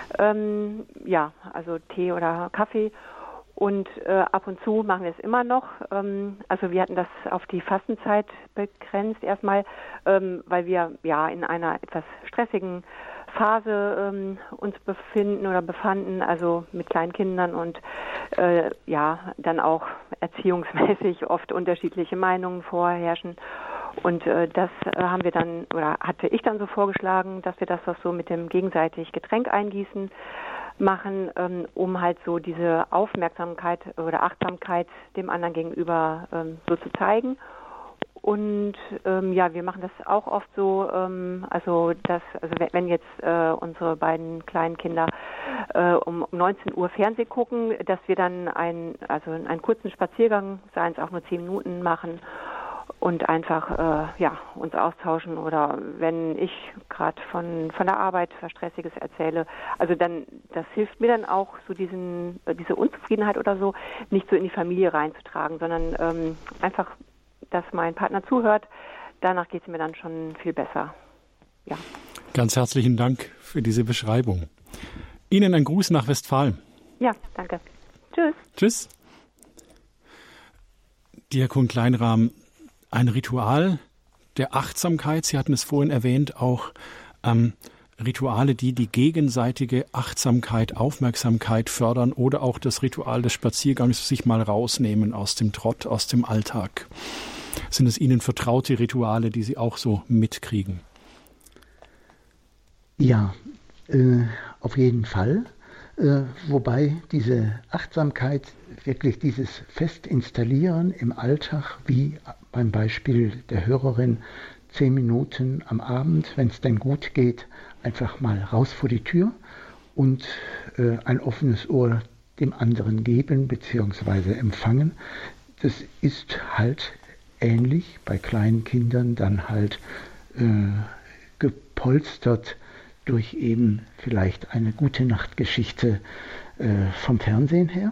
Speaker 3: Also Tee oder Kaffee. Und ab und zu machen wir es immer noch. Also wir hatten das auf die Fastenzeit begrenzt erstmal, weil wir in einer etwas stressigen Phase uns befanden, also mit kleinen Kindern und dann auch erziehungsmäßig oft unterschiedliche Meinungen vorherrschen. Und das haben wir dann, oder hatte ich dann so vorgeschlagen, dass wir das doch so mit dem gegenseitig Getränk eingießen machen, um halt so diese Aufmerksamkeit oder Achtsamkeit dem anderen gegenüber so zu zeigen. Und wir machen das auch oft so, wenn jetzt unsere beiden kleinen Kinder um 19 Uhr Fernsehen gucken, dass wir dann einen kurzen Spaziergang, seien es auch nur 10 Minuten, machen und einfach uns austauschen, oder wenn ich gerade von der Arbeit was Stressiges erzähle, also dann, das hilft mir dann auch, so diese Unzufriedenheit oder so nicht so in die Familie reinzutragen, sondern einfach, dass mein Partner zuhört. Danach geht es mir dann schon viel besser. Ja.
Speaker 1: Ganz herzlichen Dank für diese Beschreibung. Ihnen ein Gruß nach Westfalen.
Speaker 3: Ja, danke. Tschüss.
Speaker 1: Tschüss. Diakon Kleinrahm, ein Ritual der Achtsamkeit, Sie hatten es vorhin erwähnt, auch Rituale, die gegenseitige Achtsamkeit, Aufmerksamkeit fördern, oder auch das Ritual des Spaziergangs, sich mal rausnehmen aus dem Trott, aus dem Alltag. Sind es Ihnen vertraute Rituale, die Sie auch so mitkriegen?
Speaker 2: Ja, auf jeden Fall. Wobei diese Achtsamkeit, wirklich dieses Festinstallieren im Alltag, wie beim Beispiel der Hörerin, 10 Minuten am Abend, wenn es denn gut geht, einfach mal raus vor die Tür und ein offenes Ohr dem anderen geben bzw. empfangen. Das ist halt ähnlich bei kleinen Kindern dann halt gepolstert durch eben vielleicht eine gute Nachtgeschichte vom Fernsehen her.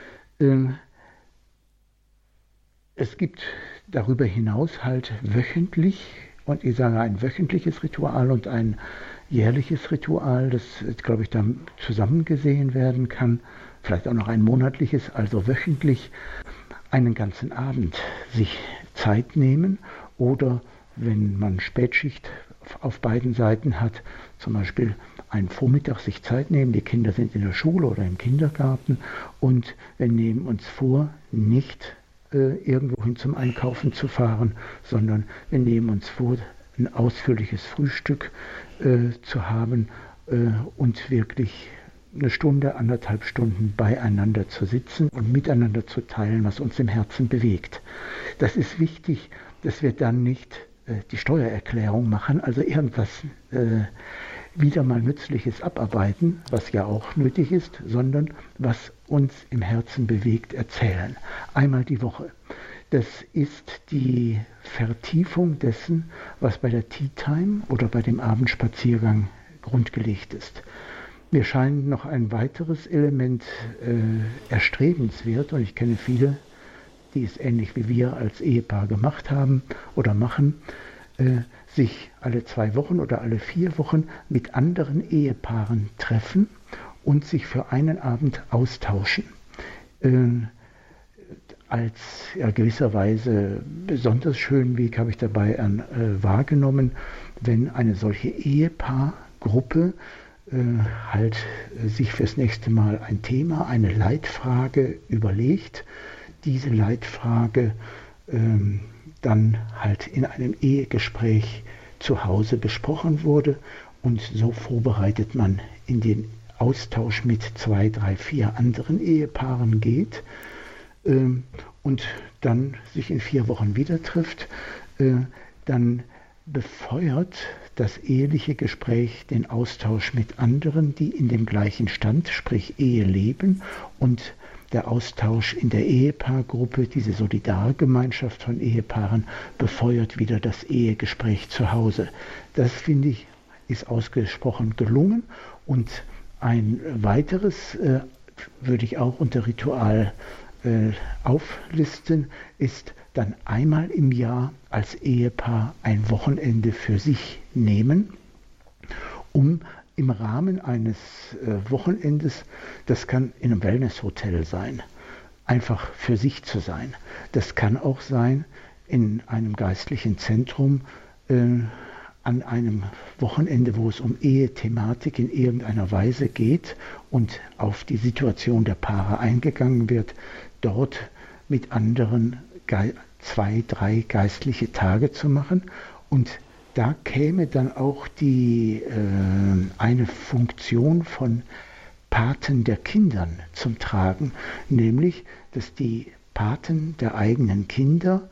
Speaker 2: Es gibt darüber hinaus halt wöchentlich, und ich sage ein wöchentliches Ritual und ein jährliches Ritual, das, glaube ich, dann zusammen gesehen werden kann, vielleicht auch noch ein monatliches, also wöchentlich einen ganzen Abend sich Zeit nehmen, oder wenn man Spätschicht auf beiden Seiten hat, zum Beispiel einen Vormittag sich Zeit nehmen, die Kinder sind in der Schule oder im Kindergarten und wir nehmen uns vor, nicht irgendwohin zum Einkaufen zu fahren, sondern wir nehmen uns vor, ein ausführliches Frühstück zu haben und wirklich eine Stunde, 1,5 Stunden beieinander zu sitzen und miteinander zu teilen, was uns im Herzen bewegt. Das ist wichtig, dass wir dann nicht die Steuererklärung machen, also irgendwas wieder mal Nützliches abarbeiten, was ja auch nötig ist, sondern was uns im Herzen bewegt, erzählen. Einmal die Woche. Das ist die Vertiefung dessen, was bei der Tea Time oder bei dem Abendspaziergang grundgelegt ist. Mir scheint noch ein weiteres Element erstrebenswert, und ich kenne viele, die es ähnlich wie wir als Ehepaar gemacht haben oder machen, sich alle 2 Wochen oder alle 4 Wochen mit anderen Ehepaaren treffen und sich für einen Abend austauschen. Als gewisserweise besonders schönen Weg habe ich dabei wahrgenommen, wenn eine solche Ehepaargruppe sich fürs nächste Mal ein Thema, eine Leitfrage überlegt, diese Leitfrage dann halt in einem Ehegespräch zu Hause besprochen wurde, und so vorbereitet man in den Austausch mit 2, 3, 4 anderen Ehepaaren geht und dann sich in 4 Wochen wieder trifft, dann befeuert das eheliche Gespräch den Austausch mit anderen, die in dem gleichen Stand, sprich Ehe leben, und der Austausch in der Ehepaargruppe, diese Solidargemeinschaft von Ehepaaren, befeuert wieder das Ehegespräch zu Hause. Das, finde ich, ist ausgesprochen gelungen. Und ein weiteres würde ich auch unter Ritual auflisten, ist dann einmal im Jahr als Ehepaar ein Wochenende für sich nehmen, um im Rahmen eines Wochenendes, das kann in einem Wellnesshotel sein, einfach für sich zu sein. Das kann auch sein in einem geistlichen Zentrum, an einem Wochenende, wo es um Ehethematik in irgendeiner Weise geht und auf die Situation der Paare eingegangen wird, dort mit anderen 2, 3 geistliche Tage zu machen. Und da käme dann auch eine Funktion von Paten der Kindern zum Tragen, nämlich, dass die Paten der eigenen Kinder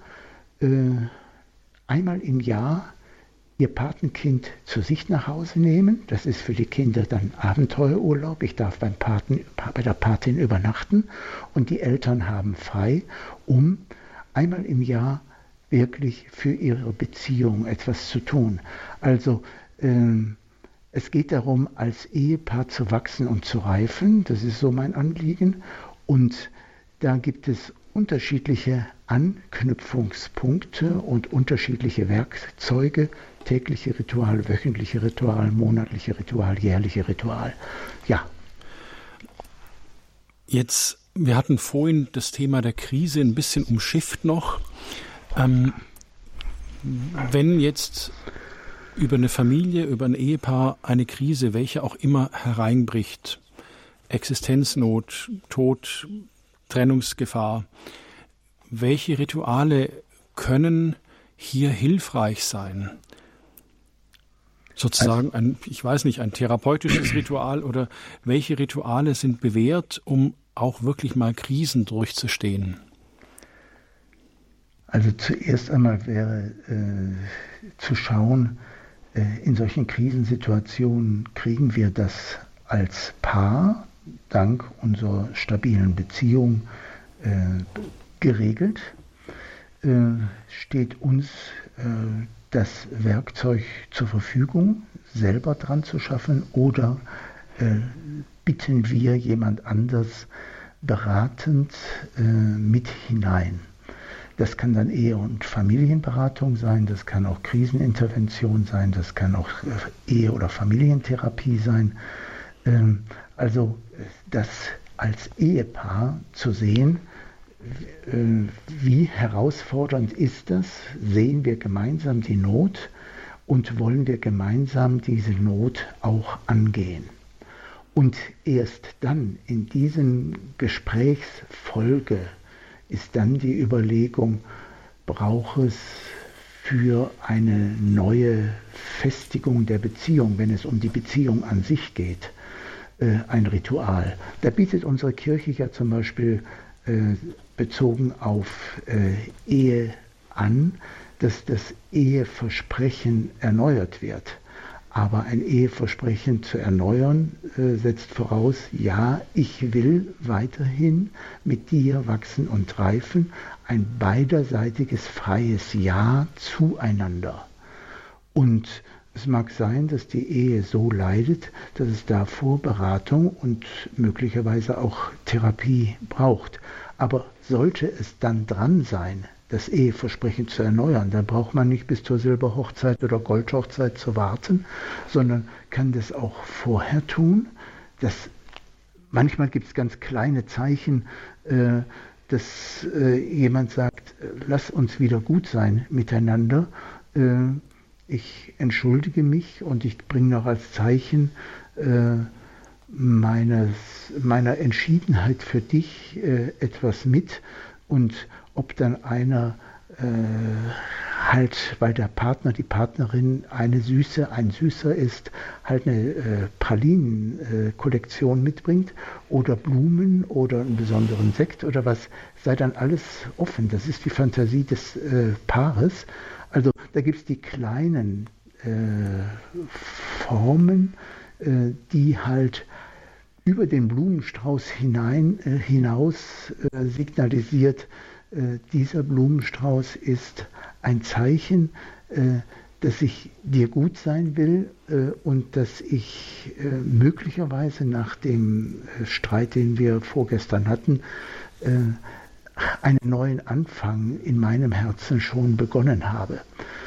Speaker 2: einmal im Jahr ihr Patenkind zu sich nach Hause nehmen. Das ist für die Kinder dann Abenteuerurlaub. Ich darf bei der Patin übernachten, und die Eltern haben frei, um einmal im Jahr wirklich für ihre Beziehung etwas zu tun. Also es geht darum, als Ehepaar zu wachsen und zu reifen. Das ist so mein Anliegen. Und da gibt es unterschiedliche Anknüpfungspunkte und unterschiedliche Werkzeuge. Tägliche Ritual, wöchentliche Ritual, monatliche Ritual, jährliche Ritual. Ja.
Speaker 1: Jetzt, wir hatten vorhin das Thema der Krise ein bisschen umschifft noch. Wenn jetzt über eine Familie, über ein Ehepaar eine Krise, welche auch immer, hereinbricht, Existenznot, Tod, Trennungsgefahr, welche Rituale können hier hilfreich sein? Sozusagen ein therapeutisches Ritual, oder welche Rituale sind bewährt, um auch wirklich mal Krisen durchzustehen?
Speaker 2: Also zuerst einmal wäre zu schauen, in solchen Krisensituationen kriegen wir das als Paar dank unserer stabilen Beziehung geregelt. Steht uns das Werkzeug zur Verfügung, selber dran zu schaffen, oder bitten wir jemand anders beratend mit hinein? Das kann dann Ehe- und Familienberatung sein, das kann auch Krisenintervention sein, das kann auch Ehe- oder Familientherapie sein. Also das als Ehepaar zu sehen, wie herausfordernd ist das? Sehen wir gemeinsam die Not und wollen wir gemeinsam diese Not auch angehen? Und erst dann in diesen Gesprächsfolge ist dann die Überlegung, braucht es für eine neue Festigung der Beziehung, wenn es um die Beziehung an sich geht, ein Ritual. Da bietet unsere Kirche ja zum Beispiel bezogen auf Ehe an, dass das Eheversprechen erneuert wird. Aber ein Eheversprechen zu erneuern, setzt voraus, ja, ich will weiterhin mit dir wachsen und reifen, ein beiderseitiges freies Ja zueinander. Und es mag sein, dass die Ehe so leidet, dass es davor Beratung und möglicherweise auch Therapie braucht. Aber sollte es dann dran sein, das Eheversprechen zu erneuern, dann braucht man nicht bis zur Silberhochzeit oder Goldhochzeit zu warten, sondern kann das auch vorher tun. Manchmal gibt es ganz kleine Zeichen, dass jemand sagt, lass uns wieder gut sein miteinander. Ich entschuldige mich und ich bringe noch als Zeichen meiner Entschiedenheit für dich etwas mit. Und ob dann einer halt, weil der Partner, die Partnerin ein Süßer ist, halt eine Pralinen-Kollektion mitbringt oder Blumen oder einen besonderen Sekt oder was, sei dann alles offen. Das ist die Fantasie des Paares. Also da gibt es die kleinen Formen, die halt über den Blumenstrauß hinaus signalisiert, dieser Blumenstrauß ist ein Zeichen, dass ich dir gut sein will und dass ich möglicherweise nach dem Streit, den wir vorgestern hatten, einen neuen Anfang in meinem Herzen schon begonnen habe.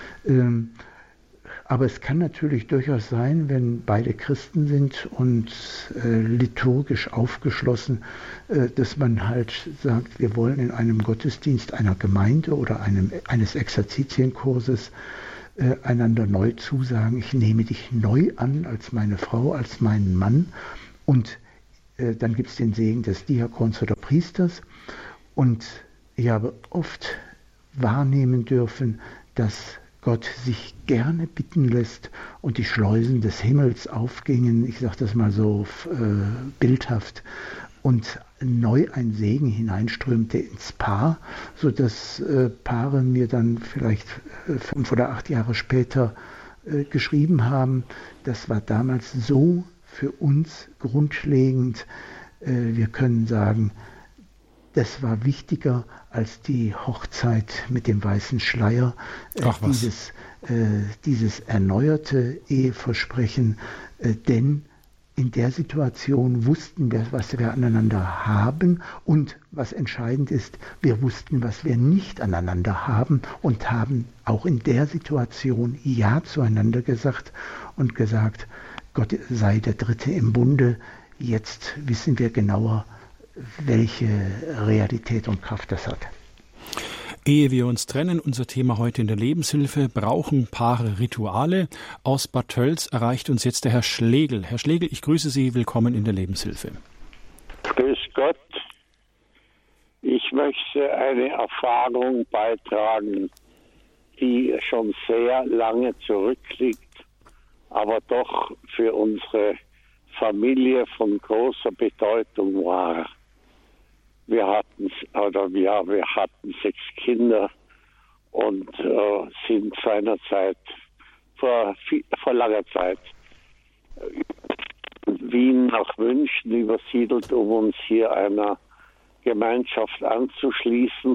Speaker 2: Aber es kann natürlich durchaus sein, wenn beide Christen sind und liturgisch aufgeschlossen, dass man halt sagt, wir wollen in einem Gottesdienst einer Gemeinde oder eines Exerzitienkurses einander neu zusagen, ich nehme dich neu an als meine Frau, als meinen Mann. Und dann gibt es den Segen des Diakons oder Priesters. Und ich habe oft wahrnehmen dürfen, dass Gott sich gerne bitten lässt und die Schleusen des Himmels aufgingen, ich sage das mal so bildhaft, und neu ein Segen hineinströmte ins Paar, sodass Paare mir dann vielleicht 5 oder 8 Jahre später geschrieben haben, das war damals so für uns grundlegend, wir können sagen, das war wichtiger als die Hochzeit mit dem weißen Schleier. Dieses erneuerte Eheversprechen, denn in der Situation wussten wir, was wir aneinander haben und was entscheidend ist, wir wussten, was wir nicht aneinander haben und haben auch in der Situation Ja zueinander gesagt und gesagt, Gott sei der Dritte im Bunde, jetzt wissen wir genauer, welche Realität und Kraft das hat.
Speaker 1: Ehe wir uns trennen, unser Thema heute in der Lebenshilfe, brauchen Paare Rituale? Aus Bad Tölz erreicht uns jetzt der Herr Schlegel. Herr Schlegel, ich grüße Sie, willkommen in der Lebenshilfe.
Speaker 4: Grüß Gott. Ich möchte eine Erfahrung beitragen, die schon sehr lange zurückliegt, aber doch für unsere Familie von großer Bedeutung war. Wir hatten 6 Kinder und sind seinerzeit vor langer Zeit Wien nach München übersiedelt, um uns hier einer Gemeinschaft anzuschließen.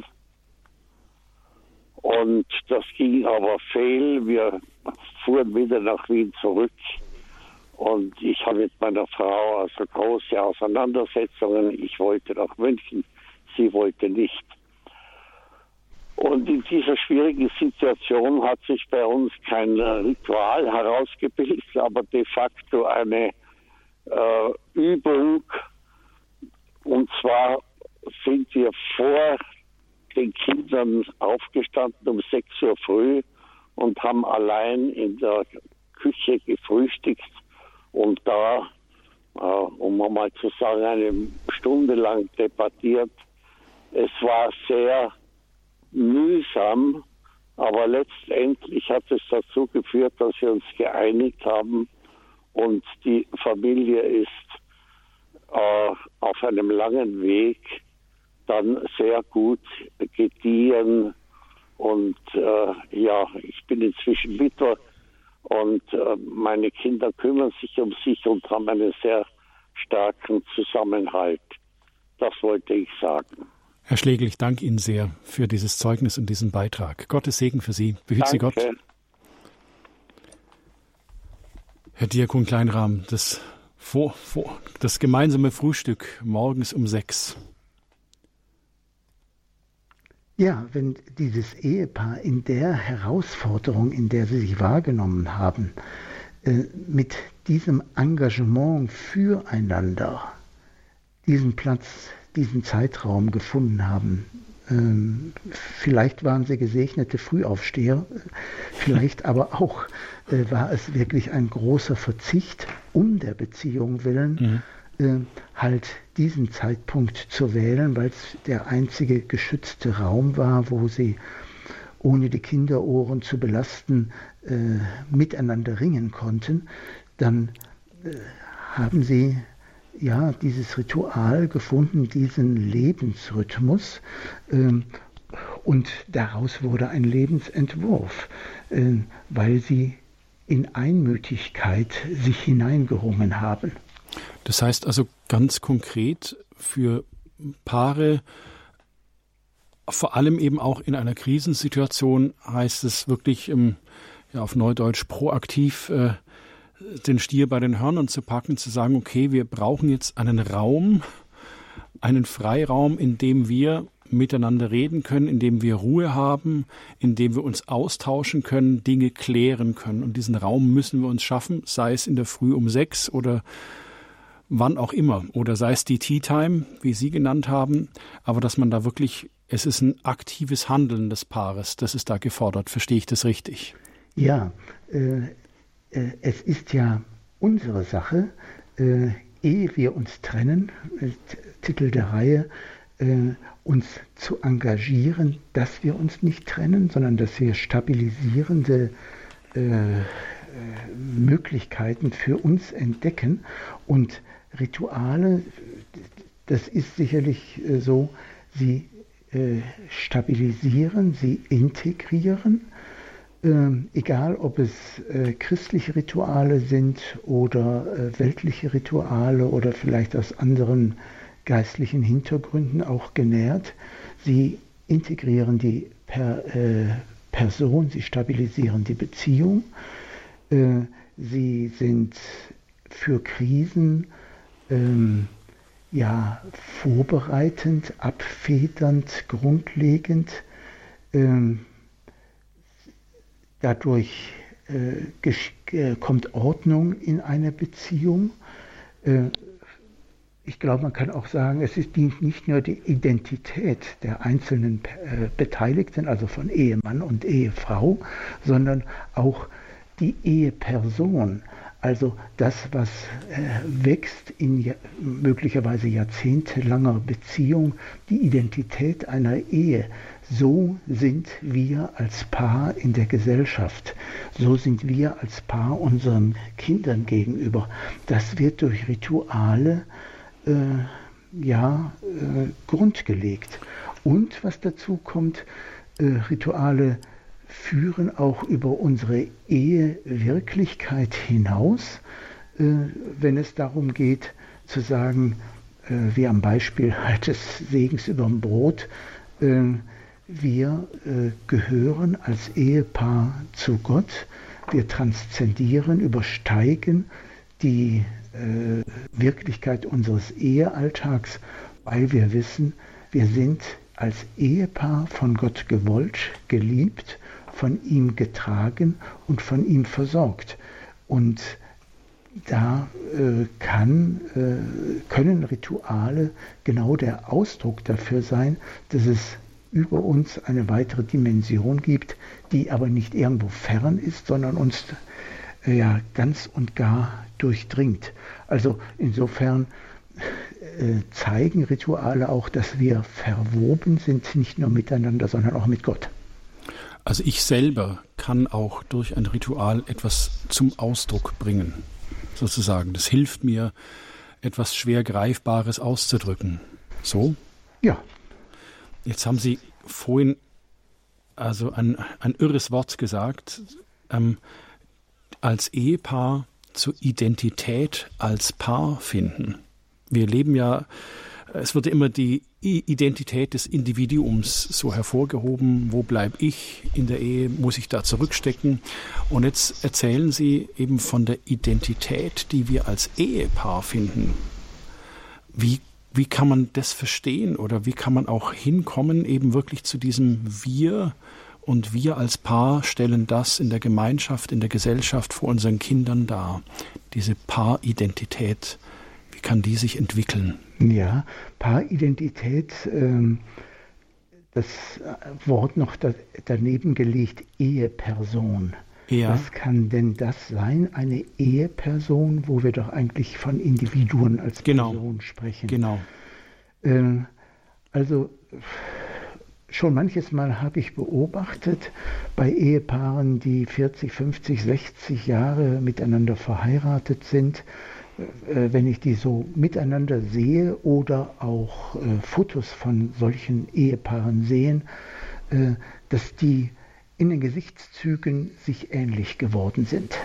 Speaker 4: Und das ging aber fehl. Wir fuhren wieder nach Wien zurück. Und ich habe mit meiner Frau also große Auseinandersetzungen. Ich wollte nach München, sie wollte nicht. Und in dieser schwierigen Situation hat sich bei uns kein Ritual herausgebildet, aber de facto eine Übung. Und zwar sind wir vor den Kindern aufgestanden um 6 Uhr früh und haben allein in der Küche gefrühstückt. Und da, um mal zu sagen, eine Stunde lang debattiert. Es war sehr mühsam, aber letztendlich hat es dazu geführt, dass wir uns geeinigt haben und die Familie ist auf einem langen Weg dann sehr gut gediehen. Und ich bin inzwischen Witwer Und meine Kinder kümmern sich um sich und haben einen sehr starken Zusammenhalt. Das wollte ich sagen.
Speaker 1: Herr Schlegel, ich danke Ihnen sehr für dieses Zeugnis und diesen Beitrag. Gottes Segen für Sie. Behüte Sie Gott. Herr Diakon Kleinrahm, das gemeinsame Frühstück morgens um 6.
Speaker 2: Ja, wenn dieses Ehepaar in der Herausforderung, in der sie sich wahrgenommen haben, mit diesem Engagement füreinander diesen Platz, diesen Zeitraum gefunden haben, vielleicht waren sie gesegnete Frühaufsteher, vielleicht aber auch war es wirklich ein großer Verzicht um der Beziehung willen, halt diesen Zeitpunkt zu wählen, weil es der einzige geschützte Raum war, wo sie, ohne die Kinderohren zu belasten, miteinander ringen konnten. Dann haben sie ja dieses Ritual gefunden, diesen Lebensrhythmus, und daraus wurde ein Lebensentwurf, weil sie in Einmütigkeit sich hineingerungen haben.
Speaker 1: Das heißt also ganz konkret für Paare, vor allem eben auch in einer Krisensituation, heißt es wirklich auf Neudeutsch proaktiv den Stier bei den Hörnern zu packen, zu sagen, okay, wir brauchen jetzt einen Raum, einen Freiraum, in dem wir miteinander reden können, in dem wir Ruhe haben, in dem wir uns austauschen können, Dinge klären können. Und diesen Raum müssen wir uns schaffen, sei es in der Früh um 6 oder wann auch immer. Oder sei es die Tea Time, wie Sie genannt haben. Aber dass man da wirklich, es ist ein aktives Handeln des Paares, das ist da gefordert. Verstehe ich das richtig?
Speaker 2: Ja, es ist ja unsere Sache, ehe wir uns trennen, Titel der Reihe, uns zu engagieren, dass wir uns nicht trennen, sondern dass wir stabilisierende Möglichkeiten für uns entdecken. Und Rituale, das ist sicherlich so, sie stabilisieren, sie integrieren, egal ob es christliche Rituale sind oder weltliche Rituale oder vielleicht aus anderen geistlichen Hintergründen auch genährt. Sie integrieren die Person, sie stabilisieren die Beziehung, sie sind für Krisen vorbereitend, abfedernd, grundlegend. Dadurch kommt Ordnung in eine Beziehung. Ich glaube, man kann auch sagen, es dient nicht nur die Identität der einzelnen Beteiligten, also von Ehemann und Ehefrau, sondern auch die Eheperson. Also das, was wächst in möglicherweise jahrzehntelanger Beziehung, die Identität einer Ehe. So sind wir als Paar in der Gesellschaft. So sind wir als Paar unseren Kindern gegenüber. Das wird durch Rituale grundgelegt. Und was dazu kommt, Rituale führen auch über unsere Ehewirklichkeit hinaus, wenn es darum geht zu sagen, wie am Beispiel halt des Segens über dem Brot, wir gehören als Ehepaar zu Gott, wir transzendieren, übersteigen die Wirklichkeit unseres Ehealltags, weil wir wissen, wir sind als Ehepaar von Gott gewollt, geliebt, von ihm getragen und von ihm versorgt. Und da können Rituale genau der Ausdruck dafür sein, dass es über uns eine weitere Dimension gibt, die aber nicht irgendwo fern ist, sondern uns ganz und gar durchdringt. Also insofern zeigen Rituale auch, dass wir verwoben sind, nicht nur miteinander, sondern auch mit Gott.
Speaker 1: Also ich selber kann auch durch ein Ritual etwas zum Ausdruck bringen, sozusagen. Das hilft mir, etwas schwer Greifbares auszudrücken. So?
Speaker 2: Ja.
Speaker 1: Jetzt haben Sie vorhin also ein irres Wort gesagt. als Ehepaar zur Identität als Paar finden? Wir leben ja, es wird immer die Identität des Individuums so hervorgehoben. Wo bleibe ich in der Ehe? Muss ich da zurückstecken? Und jetzt erzählen Sie eben von der Identität, die wir als Ehepaar finden. Wie kann man das verstehen oder wie kann man auch hinkommen, eben wirklich zu diesem Wir? Und wir als Paar stellen das in der Gemeinschaft, in der Gesellschaft vor unseren Kindern dar. Diese Paaridentität, wie kann die sich entwickeln?
Speaker 2: Ja, Paaridentität, das Wort noch daneben gelegt, Eheperson. Ja. Was kann denn das sein, eine Eheperson, wo wir doch eigentlich von Individuen als Person sprechen?
Speaker 1: Genau.
Speaker 2: Also schon manches Mal habe ich beobachtet, bei Ehepaaren, die 40, 50, 60 Jahre miteinander verheiratet sind, wenn ich die so miteinander sehe oder auch Fotos von solchen Ehepaaren sehen, dass die in den Gesichtszügen sich ähnlich geworden sind.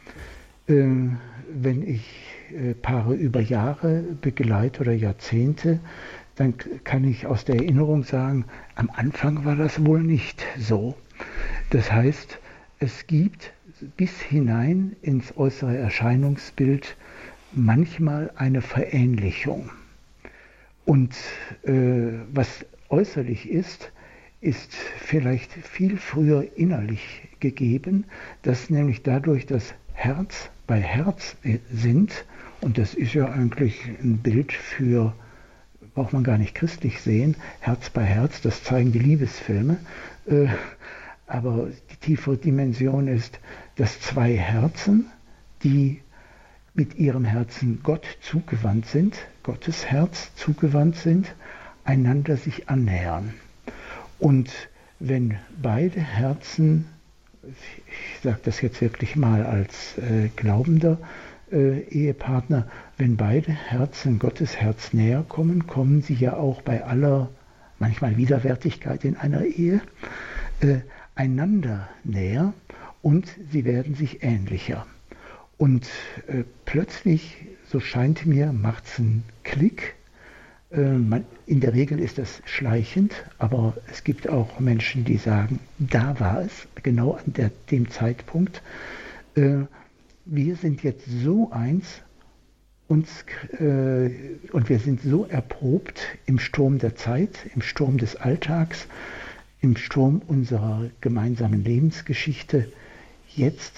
Speaker 2: Wenn ich Paare über Jahre begleite oder Jahrzehnte, dann kann ich aus der Erinnerung sagen, am Anfang war das wohl nicht so. Das heißt, es gibt bis hinein ins äußere Erscheinungsbild manchmal eine Verähnlichung. Und was äußerlich ist vielleicht viel früher innerlich gegeben, dass nämlich dadurch das Herz bei Herz sind, und das ist ja eigentlich ein Bild für, braucht man gar nicht christlich sehen, Herz bei Herz, das zeigen die Liebesfilme, aber die tiefere Dimension ist, dass zwei Herzen, die mit ihrem Herzen Gott zugewandt sind, Gottes Herz zugewandt sind, einander sich annähern. Und wenn beide Herzen, ich sage das jetzt wirklich mal als glaubender Ehepartner, wenn beide Herzen Gottes Herz näher kommen, kommen sie ja auch bei aller manchmal Widerwärtigkeit in einer Ehe einander näher und sie werden sich ähnlicher. Und plötzlich, so scheint mir, macht es einen Klick. In der Regel ist das schleichend, aber es gibt auch Menschen, die sagen, da war es, genau an dem Zeitpunkt. Wir sind jetzt so eins und wir sind so erprobt im Sturm der Zeit, im Sturm des Alltags, im Sturm unserer gemeinsamen Lebensgeschichte. Jetzt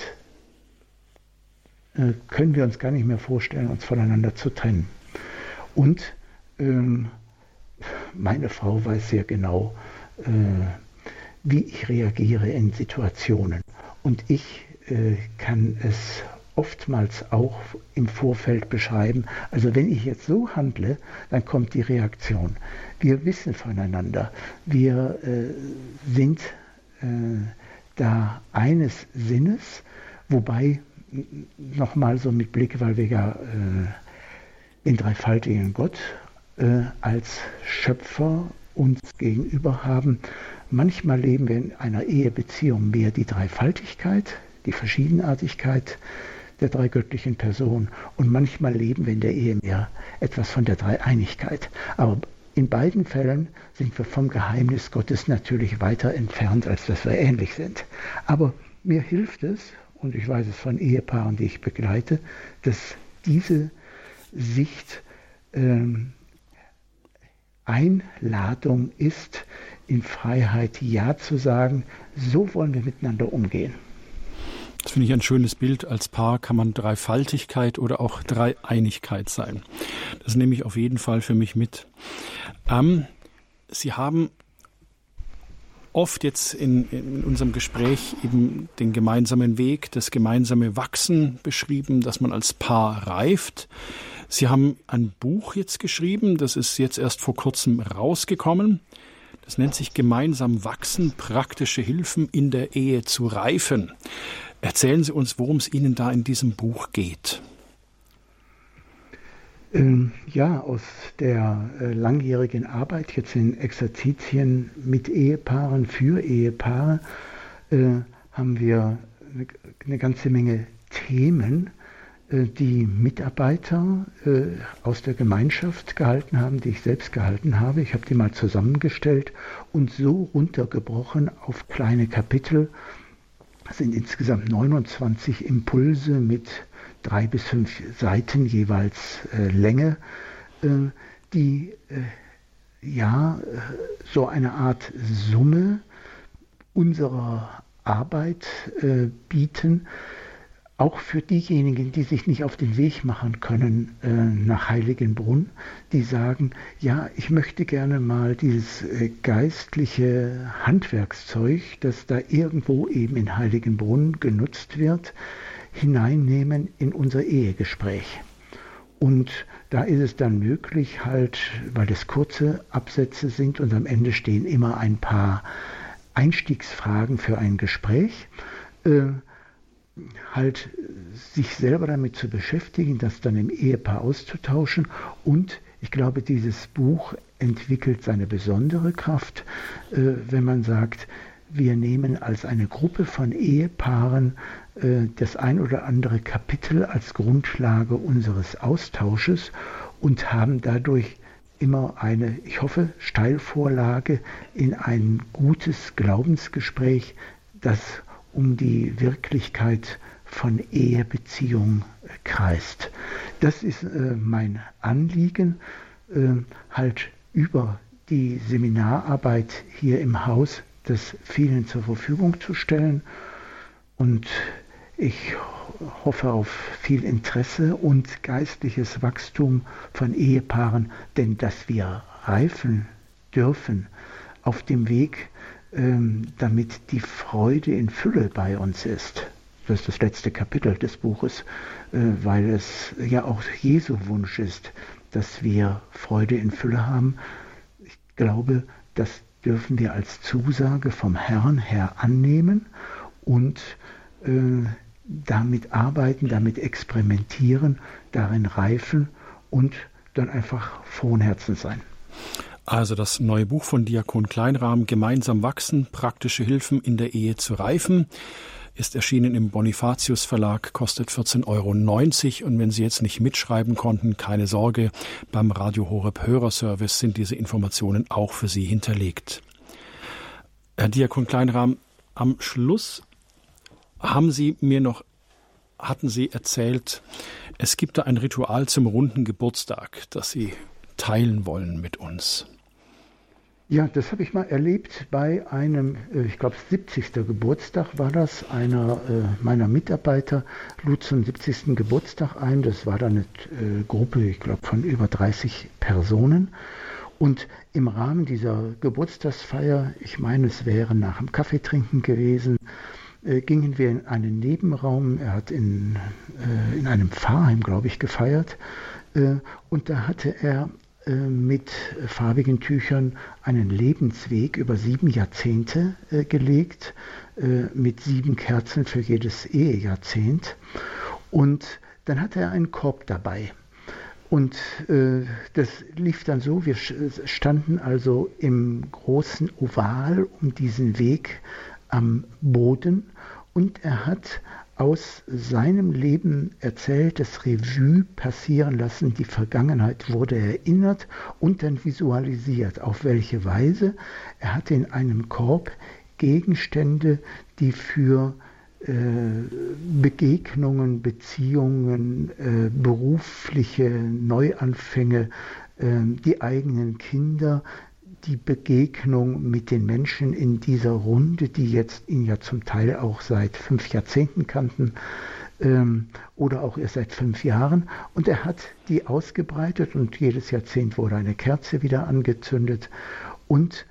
Speaker 2: können wir uns gar nicht mehr vorstellen, uns voneinander zu trennen. Und meine Frau weiß sehr genau, wie ich reagiere in Situationen. Und ich kann es oftmals auch im Vorfeld beschreiben. Also wenn ich jetzt so handle, dann kommt die Reaktion. Wir wissen voneinander. Wir sind da eines Sinnes, wobei nochmal so mit Blick, weil wir ja den dreifaltigen Gott als Schöpfer uns gegenüber haben. Manchmal leben wir in einer Ehebeziehung mehr die Dreifaltigkeit, die Verschiedenartigkeit der drei göttlichen Personen, und manchmal leben wir in der Ehe mehr etwas von der Dreieinigkeit. Aber in beiden Fällen sind wir vom Geheimnis Gottes natürlich weiter entfernt, als dass wir ähnlich sind. Aber mir hilft es, und ich weiß es von Ehepaaren, die ich begleite, dass diese Sicht Einladung ist, in Freiheit Ja zu sagen, so wollen wir miteinander umgehen.
Speaker 1: Das finde ich ein schönes Bild. Als Paar kann man Dreifaltigkeit oder auch Dreieinigkeit sein. Das nehme ich auf jeden Fall für mich mit. Sie haben oft jetzt in unserem Gespräch eben den gemeinsamen Weg, das gemeinsame Wachsen beschrieben, dass man als Paar reift. Sie haben ein Buch jetzt geschrieben, das ist jetzt erst vor kurzem rausgekommen. Das nennt sich Gemeinsam wachsen, praktische Hilfen in der Ehe zu reifen. Erzählen Sie uns, worum es Ihnen da in diesem Buch geht.
Speaker 2: Ja, aus der langjährigen Arbeit jetzt in Exerzitien mit Ehepaaren, für Ehepaare, haben wir eine ganze Menge Themen, die Mitarbeiter aus der Gemeinschaft gehalten haben, die ich selbst gehalten habe. Ich habe die mal zusammengestellt und so runtergebrochen auf kleine Kapitel. Das sind insgesamt 29 Impulse mit 3 bis 5 Seiten jeweils Länge, die so eine Art Summe unserer Arbeit bieten, auch für diejenigen, die sich nicht auf den Weg machen können nach Heiligenbrunn, die sagen, ja, ich möchte gerne mal dieses geistliche Handwerkszeug, das da irgendwo eben in Heiligenbrunn genutzt wird, hineinnehmen in unser Ehegespräch. Und da ist es dann möglich, halt, weil es kurze Absätze sind und am Ende stehen immer ein paar Einstiegsfragen für ein Gespräch, halt sich selber damit zu beschäftigen, das dann im Ehepaar auszutauschen. Und ich glaube, dieses Buch entwickelt seine besondere Kraft, wenn man sagt, wir nehmen als eine Gruppe von Ehepaaren das ein oder andere Kapitel als Grundlage unseres Austausches und haben dadurch immer eine, ich hoffe, Steilvorlage in ein gutes Glaubensgespräch, das um die Wirklichkeit von Ehebeziehung kreist. Das ist mein Anliegen, halt über die Seminararbeit hier im Haus das vielen zur Verfügung zu stellen. Und ich hoffe auf viel Interesse und geistliches Wachstum von Ehepaaren, denn dass wir reifen dürfen auf dem Weg, damit die Freude in Fülle bei uns ist. Das ist das letzte Kapitel des Buches, weil es ja auch Jesu Wunsch ist, dass wir Freude in Fülle haben. Ich glaube, das dürfen wir als Zusage vom Herrn her annehmen und damit arbeiten, damit experimentieren, darin reifen und dann einfach frohen Herzens sein.
Speaker 1: Also das neue Buch von Diakon Kleinrahm, Gemeinsam wachsen, praktische Hilfen in der Ehe zu reifen, ist erschienen im Bonifatius Verlag, kostet 14,90 € und wenn Sie jetzt nicht mitschreiben konnten, keine Sorge, beim Radio Horeb Hörerservice sind diese Informationen auch für Sie hinterlegt. Herr Diakon Kleinrahm, am Schluss hatten Sie erzählt, es gibt da ein Ritual zum runden Geburtstag, das Sie teilen wollen mit uns.
Speaker 2: Ja, das habe ich mal erlebt bei einem, ich glaube 70. Geburtstag war das, einer meiner Mitarbeiter lud zum 70. Geburtstag ein. Das war dann eine Gruppe, ich glaube von über 30 Personen. Und im Rahmen dieser Geburtstagsfeier, ich meine es wäre nach dem Kaffeetrinken gewesen, gingen wir in einen Nebenraum. Er hat in einem Pfarrheim, glaube ich, gefeiert. Und da hatte er mit farbigen Tüchern einen Lebensweg über 7 Jahrzehnte gelegt, mit 7 Kerzen für jedes Ehejahrzehnt. Und dann hatte er einen Korb dabei. Und das lief dann so, wir standen also im großen Oval um diesen Weg am Boden und er hat aus seinem Leben erzählt, das Revue passieren lassen, die Vergangenheit wurde erinnert und dann visualisiert. Auf welche Weise? Er hatte in einem Korb Gegenstände, die für Begegnungen, Beziehungen, berufliche Neuanfänge, die eigenen Kinder, die Begegnung mit den Menschen in dieser Runde, die jetzt ihn ja zum Teil auch seit 5 Jahrzehnten kannten oder auch erst seit 5 Jahren. Und er hat die ausgebreitet und jedes Jahrzehnt wurde eine Kerze wieder angezündet. Und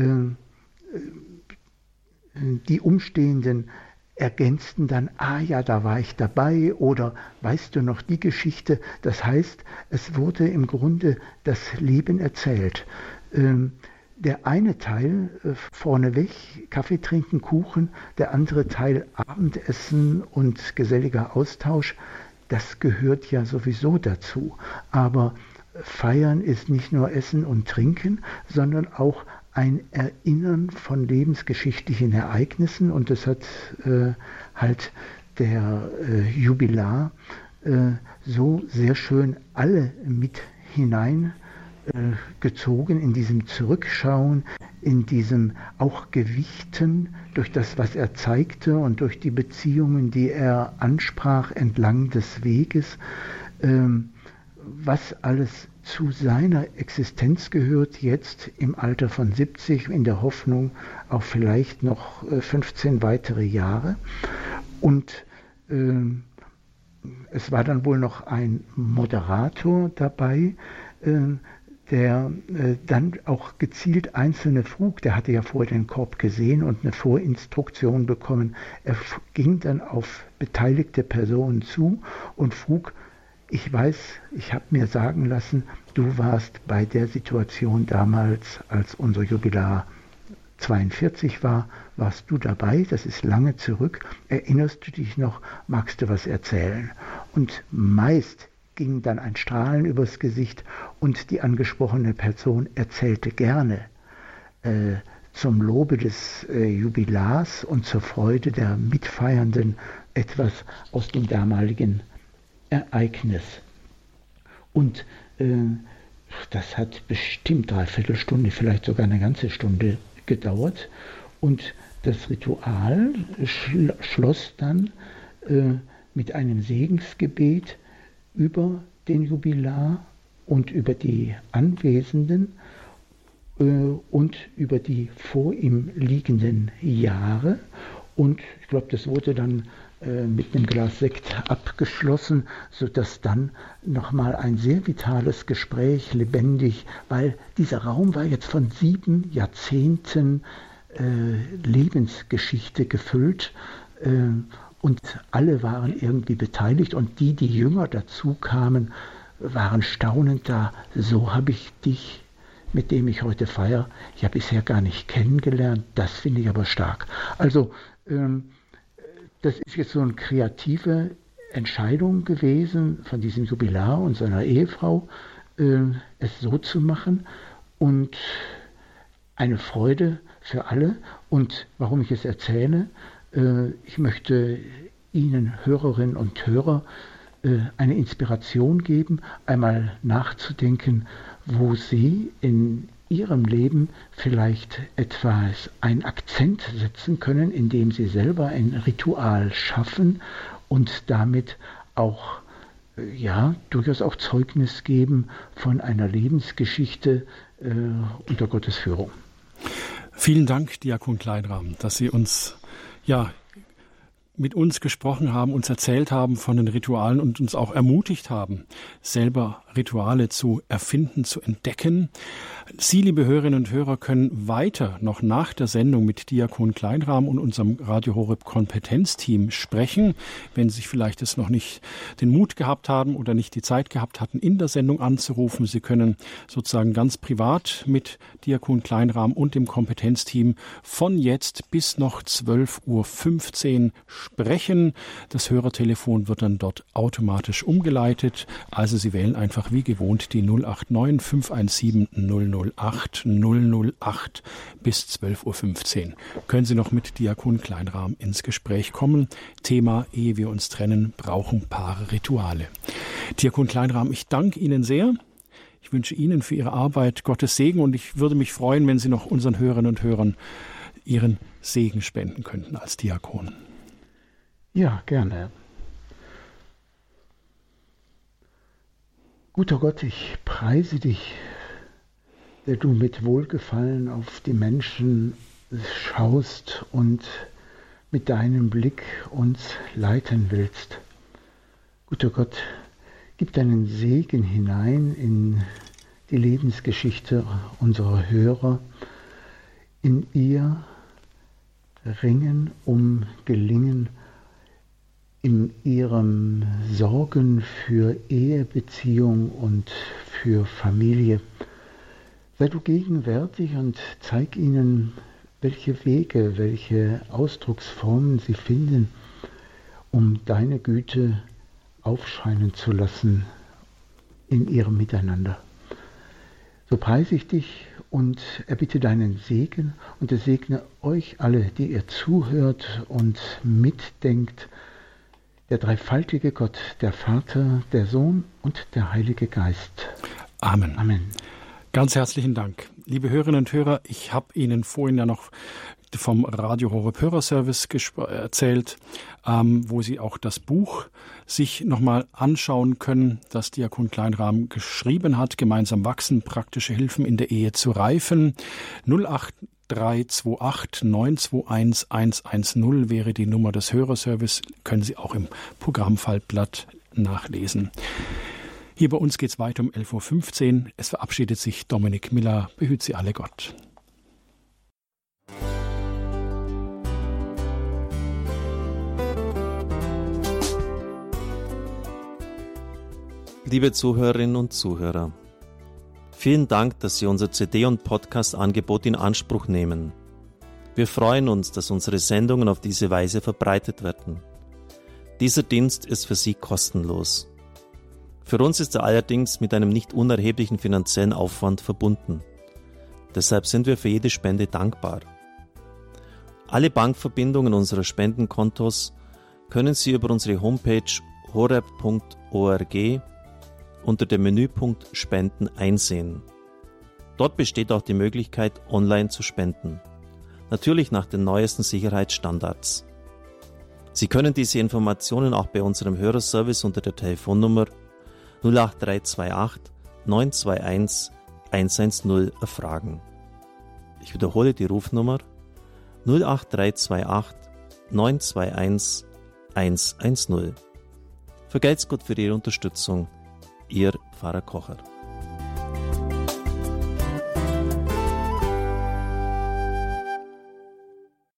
Speaker 2: die Umstehenden ergänzten dann, ja, da war ich dabei oder weißt du noch die Geschichte? Das heißt, es wurde im Grunde das Leben erzählt. Der eine Teil vorneweg, Kaffee trinken, Kuchen, der andere Teil Abendessen und geselliger Austausch, das gehört ja sowieso dazu. Aber Feiern ist nicht nur Essen und Trinken, sondern auch ein Erinnern von lebensgeschichtlichen Ereignissen und das hat halt der Jubilar so sehr schön alle mit hineingezogen in diesem Zurückschauen, in diesem auch Gewichten durch das, was er zeigte und durch die Beziehungen, die er ansprach entlang des Weges, was alles zu seiner Existenz gehört, jetzt im Alter von 70, in der Hoffnung auf vielleicht noch 15 weitere Jahre. Und es war dann wohl noch ein Moderator dabei, der dann auch gezielt Einzelne frug. Der hatte ja vorher den Korb gesehen und eine Vorinstruktion bekommen. Er ging dann auf beteiligte Personen zu und frug: Ich weiß, ich habe mir sagen lassen, du warst bei der Situation damals, als unser Jubilar 42 war, warst du dabei, das ist lange zurück, erinnerst du dich noch, magst du was erzählen? Und meist ging dann ein Strahlen übers Gesicht und die angesprochene Person erzählte gerne zum Lobe des Jubilars und zur Freude der Mitfeiernden etwas aus dem damaligen Ereignis. Und das hat bestimmt 3/4 Stunde, vielleicht sogar eine ganze Stunde gedauert. Und das Ritual schloss dann mit einem Segensgebet über den Jubilar und über die Anwesenden und über die vor ihm liegenden Jahre. Und ich glaube, das wurde dann mit einem Glas Sekt abgeschlossen, sodass dann nochmal ein sehr vitales Gespräch, lebendig, weil dieser Raum war jetzt von 7 Jahrzehnten Lebensgeschichte gefüllt und alle waren irgendwie beteiligt und die jünger dazu kamen, waren staunend da. So habe ich dich, mit dem ich heute feiere, ja bisher gar nicht kennengelernt. Das finde ich aber stark. Also das ist jetzt so eine kreative Entscheidung gewesen von diesem Jubilar und seiner Ehefrau, es so zu machen und eine Freude für alle. Und warum ich es erzähle, ich möchte Ihnen, Hörerinnen und Hörer, eine Inspiration geben, einmal nachzudenken, wo Sie in Ihrem Leben vielleicht etwas einen Akzent setzen können, indem Sie selber ein Ritual schaffen und damit auch durchaus auch Zeugnis geben von einer Lebensgeschichte unter Gottes Führung.
Speaker 1: Vielen Dank, Diakon Kleinrahm, dass Sie uns mit uns gesprochen haben, uns erzählt haben von den Ritualen und uns auch ermutigt haben, selber Rituale zu erfinden, zu entdecken. Sie, liebe Hörerinnen und Hörer, können weiter noch nach der Sendung mit Diakon Kleinrahm und unserem Radio Horeb Kompetenzteam sprechen, wenn Sie sich vielleicht jetzt noch nicht den Mut gehabt haben oder nicht die Zeit gehabt hatten, in der Sendung anzurufen. Sie können sozusagen ganz privat mit Diakon Kleinrahm und dem Kompetenzteam von jetzt bis noch 12:15 Uhr sprechen. Das Hörertelefon wird dann dort automatisch umgeleitet. Also Sie wählen einfach wie gewohnt die 089 517 008 008 bis 12:15 Uhr. Können Sie noch mit Diakon Kleinrahm ins Gespräch kommen. Thema: Ehe wir uns trennen, brauchen Paare Rituale. Diakon Kleinrahm, ich danke Ihnen sehr. Ich wünsche Ihnen für Ihre Arbeit Gottes Segen und ich würde mich freuen, wenn Sie noch unseren Hörerinnen und Hörern Ihren Segen spenden könnten als Diakon.
Speaker 2: Ja, gerne. Guter Gott, ich preise dich, der du mit Wohlgefallen auf die Menschen schaust und mit deinem Blick uns leiten willst. Guter Gott, gib deinen Segen hinein in die Lebensgeschichte unserer Hörer, in ihr Ringen um Gelingen, in ihrem Sorgen für Ehebeziehung und für Familie. Sei du gegenwärtig und zeig ihnen, welche Wege, welche Ausdrucksformen sie finden, um deine Güte aufscheinen zu lassen in ihrem Miteinander. So preise ich dich und erbitte deinen Segen und segne euch alle, die ihr zuhört und mitdenkt, der dreifaltige Gott, der Vater, der Sohn und der Heilige Geist.
Speaker 1: Amen.
Speaker 2: Amen.
Speaker 1: Ganz herzlichen Dank. Liebe Hörerinnen und Hörer, ich habe Ihnen vorhin ja noch vom Radio Horeb Hörerservice erzählt, wo Sie auch das Buch sich nochmal anschauen können, das Diakon Kleinrahm geschrieben hat, Gemeinsam wachsen, praktische Hilfen in der Ehe zu reifen. 08328 921 110 wäre die Nummer des Hörerservice, können Sie auch im Programmfaltblatt nachlesen. Hier bei uns geht es weiter um 11.15 Uhr. Es verabschiedet sich Dominik Miller. Behüt Sie alle Gott.
Speaker 5: Liebe Zuhörerinnen und Zuhörer, vielen Dank, dass Sie unser CD- und Podcast-Angebot in Anspruch nehmen. Wir freuen uns, dass unsere Sendungen auf diese Weise verbreitet werden. Dieser Dienst ist für Sie kostenlos. Für uns ist er allerdings mit einem nicht unerheblichen finanziellen Aufwand verbunden. Deshalb sind wir für jede Spende dankbar. Alle Bankverbindungen unserer Spendenkontos können Sie über unsere Homepage horeb.org unter dem Menüpunkt Spenden einsehen. Dort besteht auch die Möglichkeit, online zu spenden. Natürlich nach den neuesten Sicherheitsstandards. Sie können diese Informationen auch bei unserem Hörerservice unter der Telefonnummer 08328 921 110 erfragen. Ich wiederhole die Rufnummer 08328 921 110. Vergelt's Gott für Ihre Unterstützung. Ihr Pfarrer Kocher.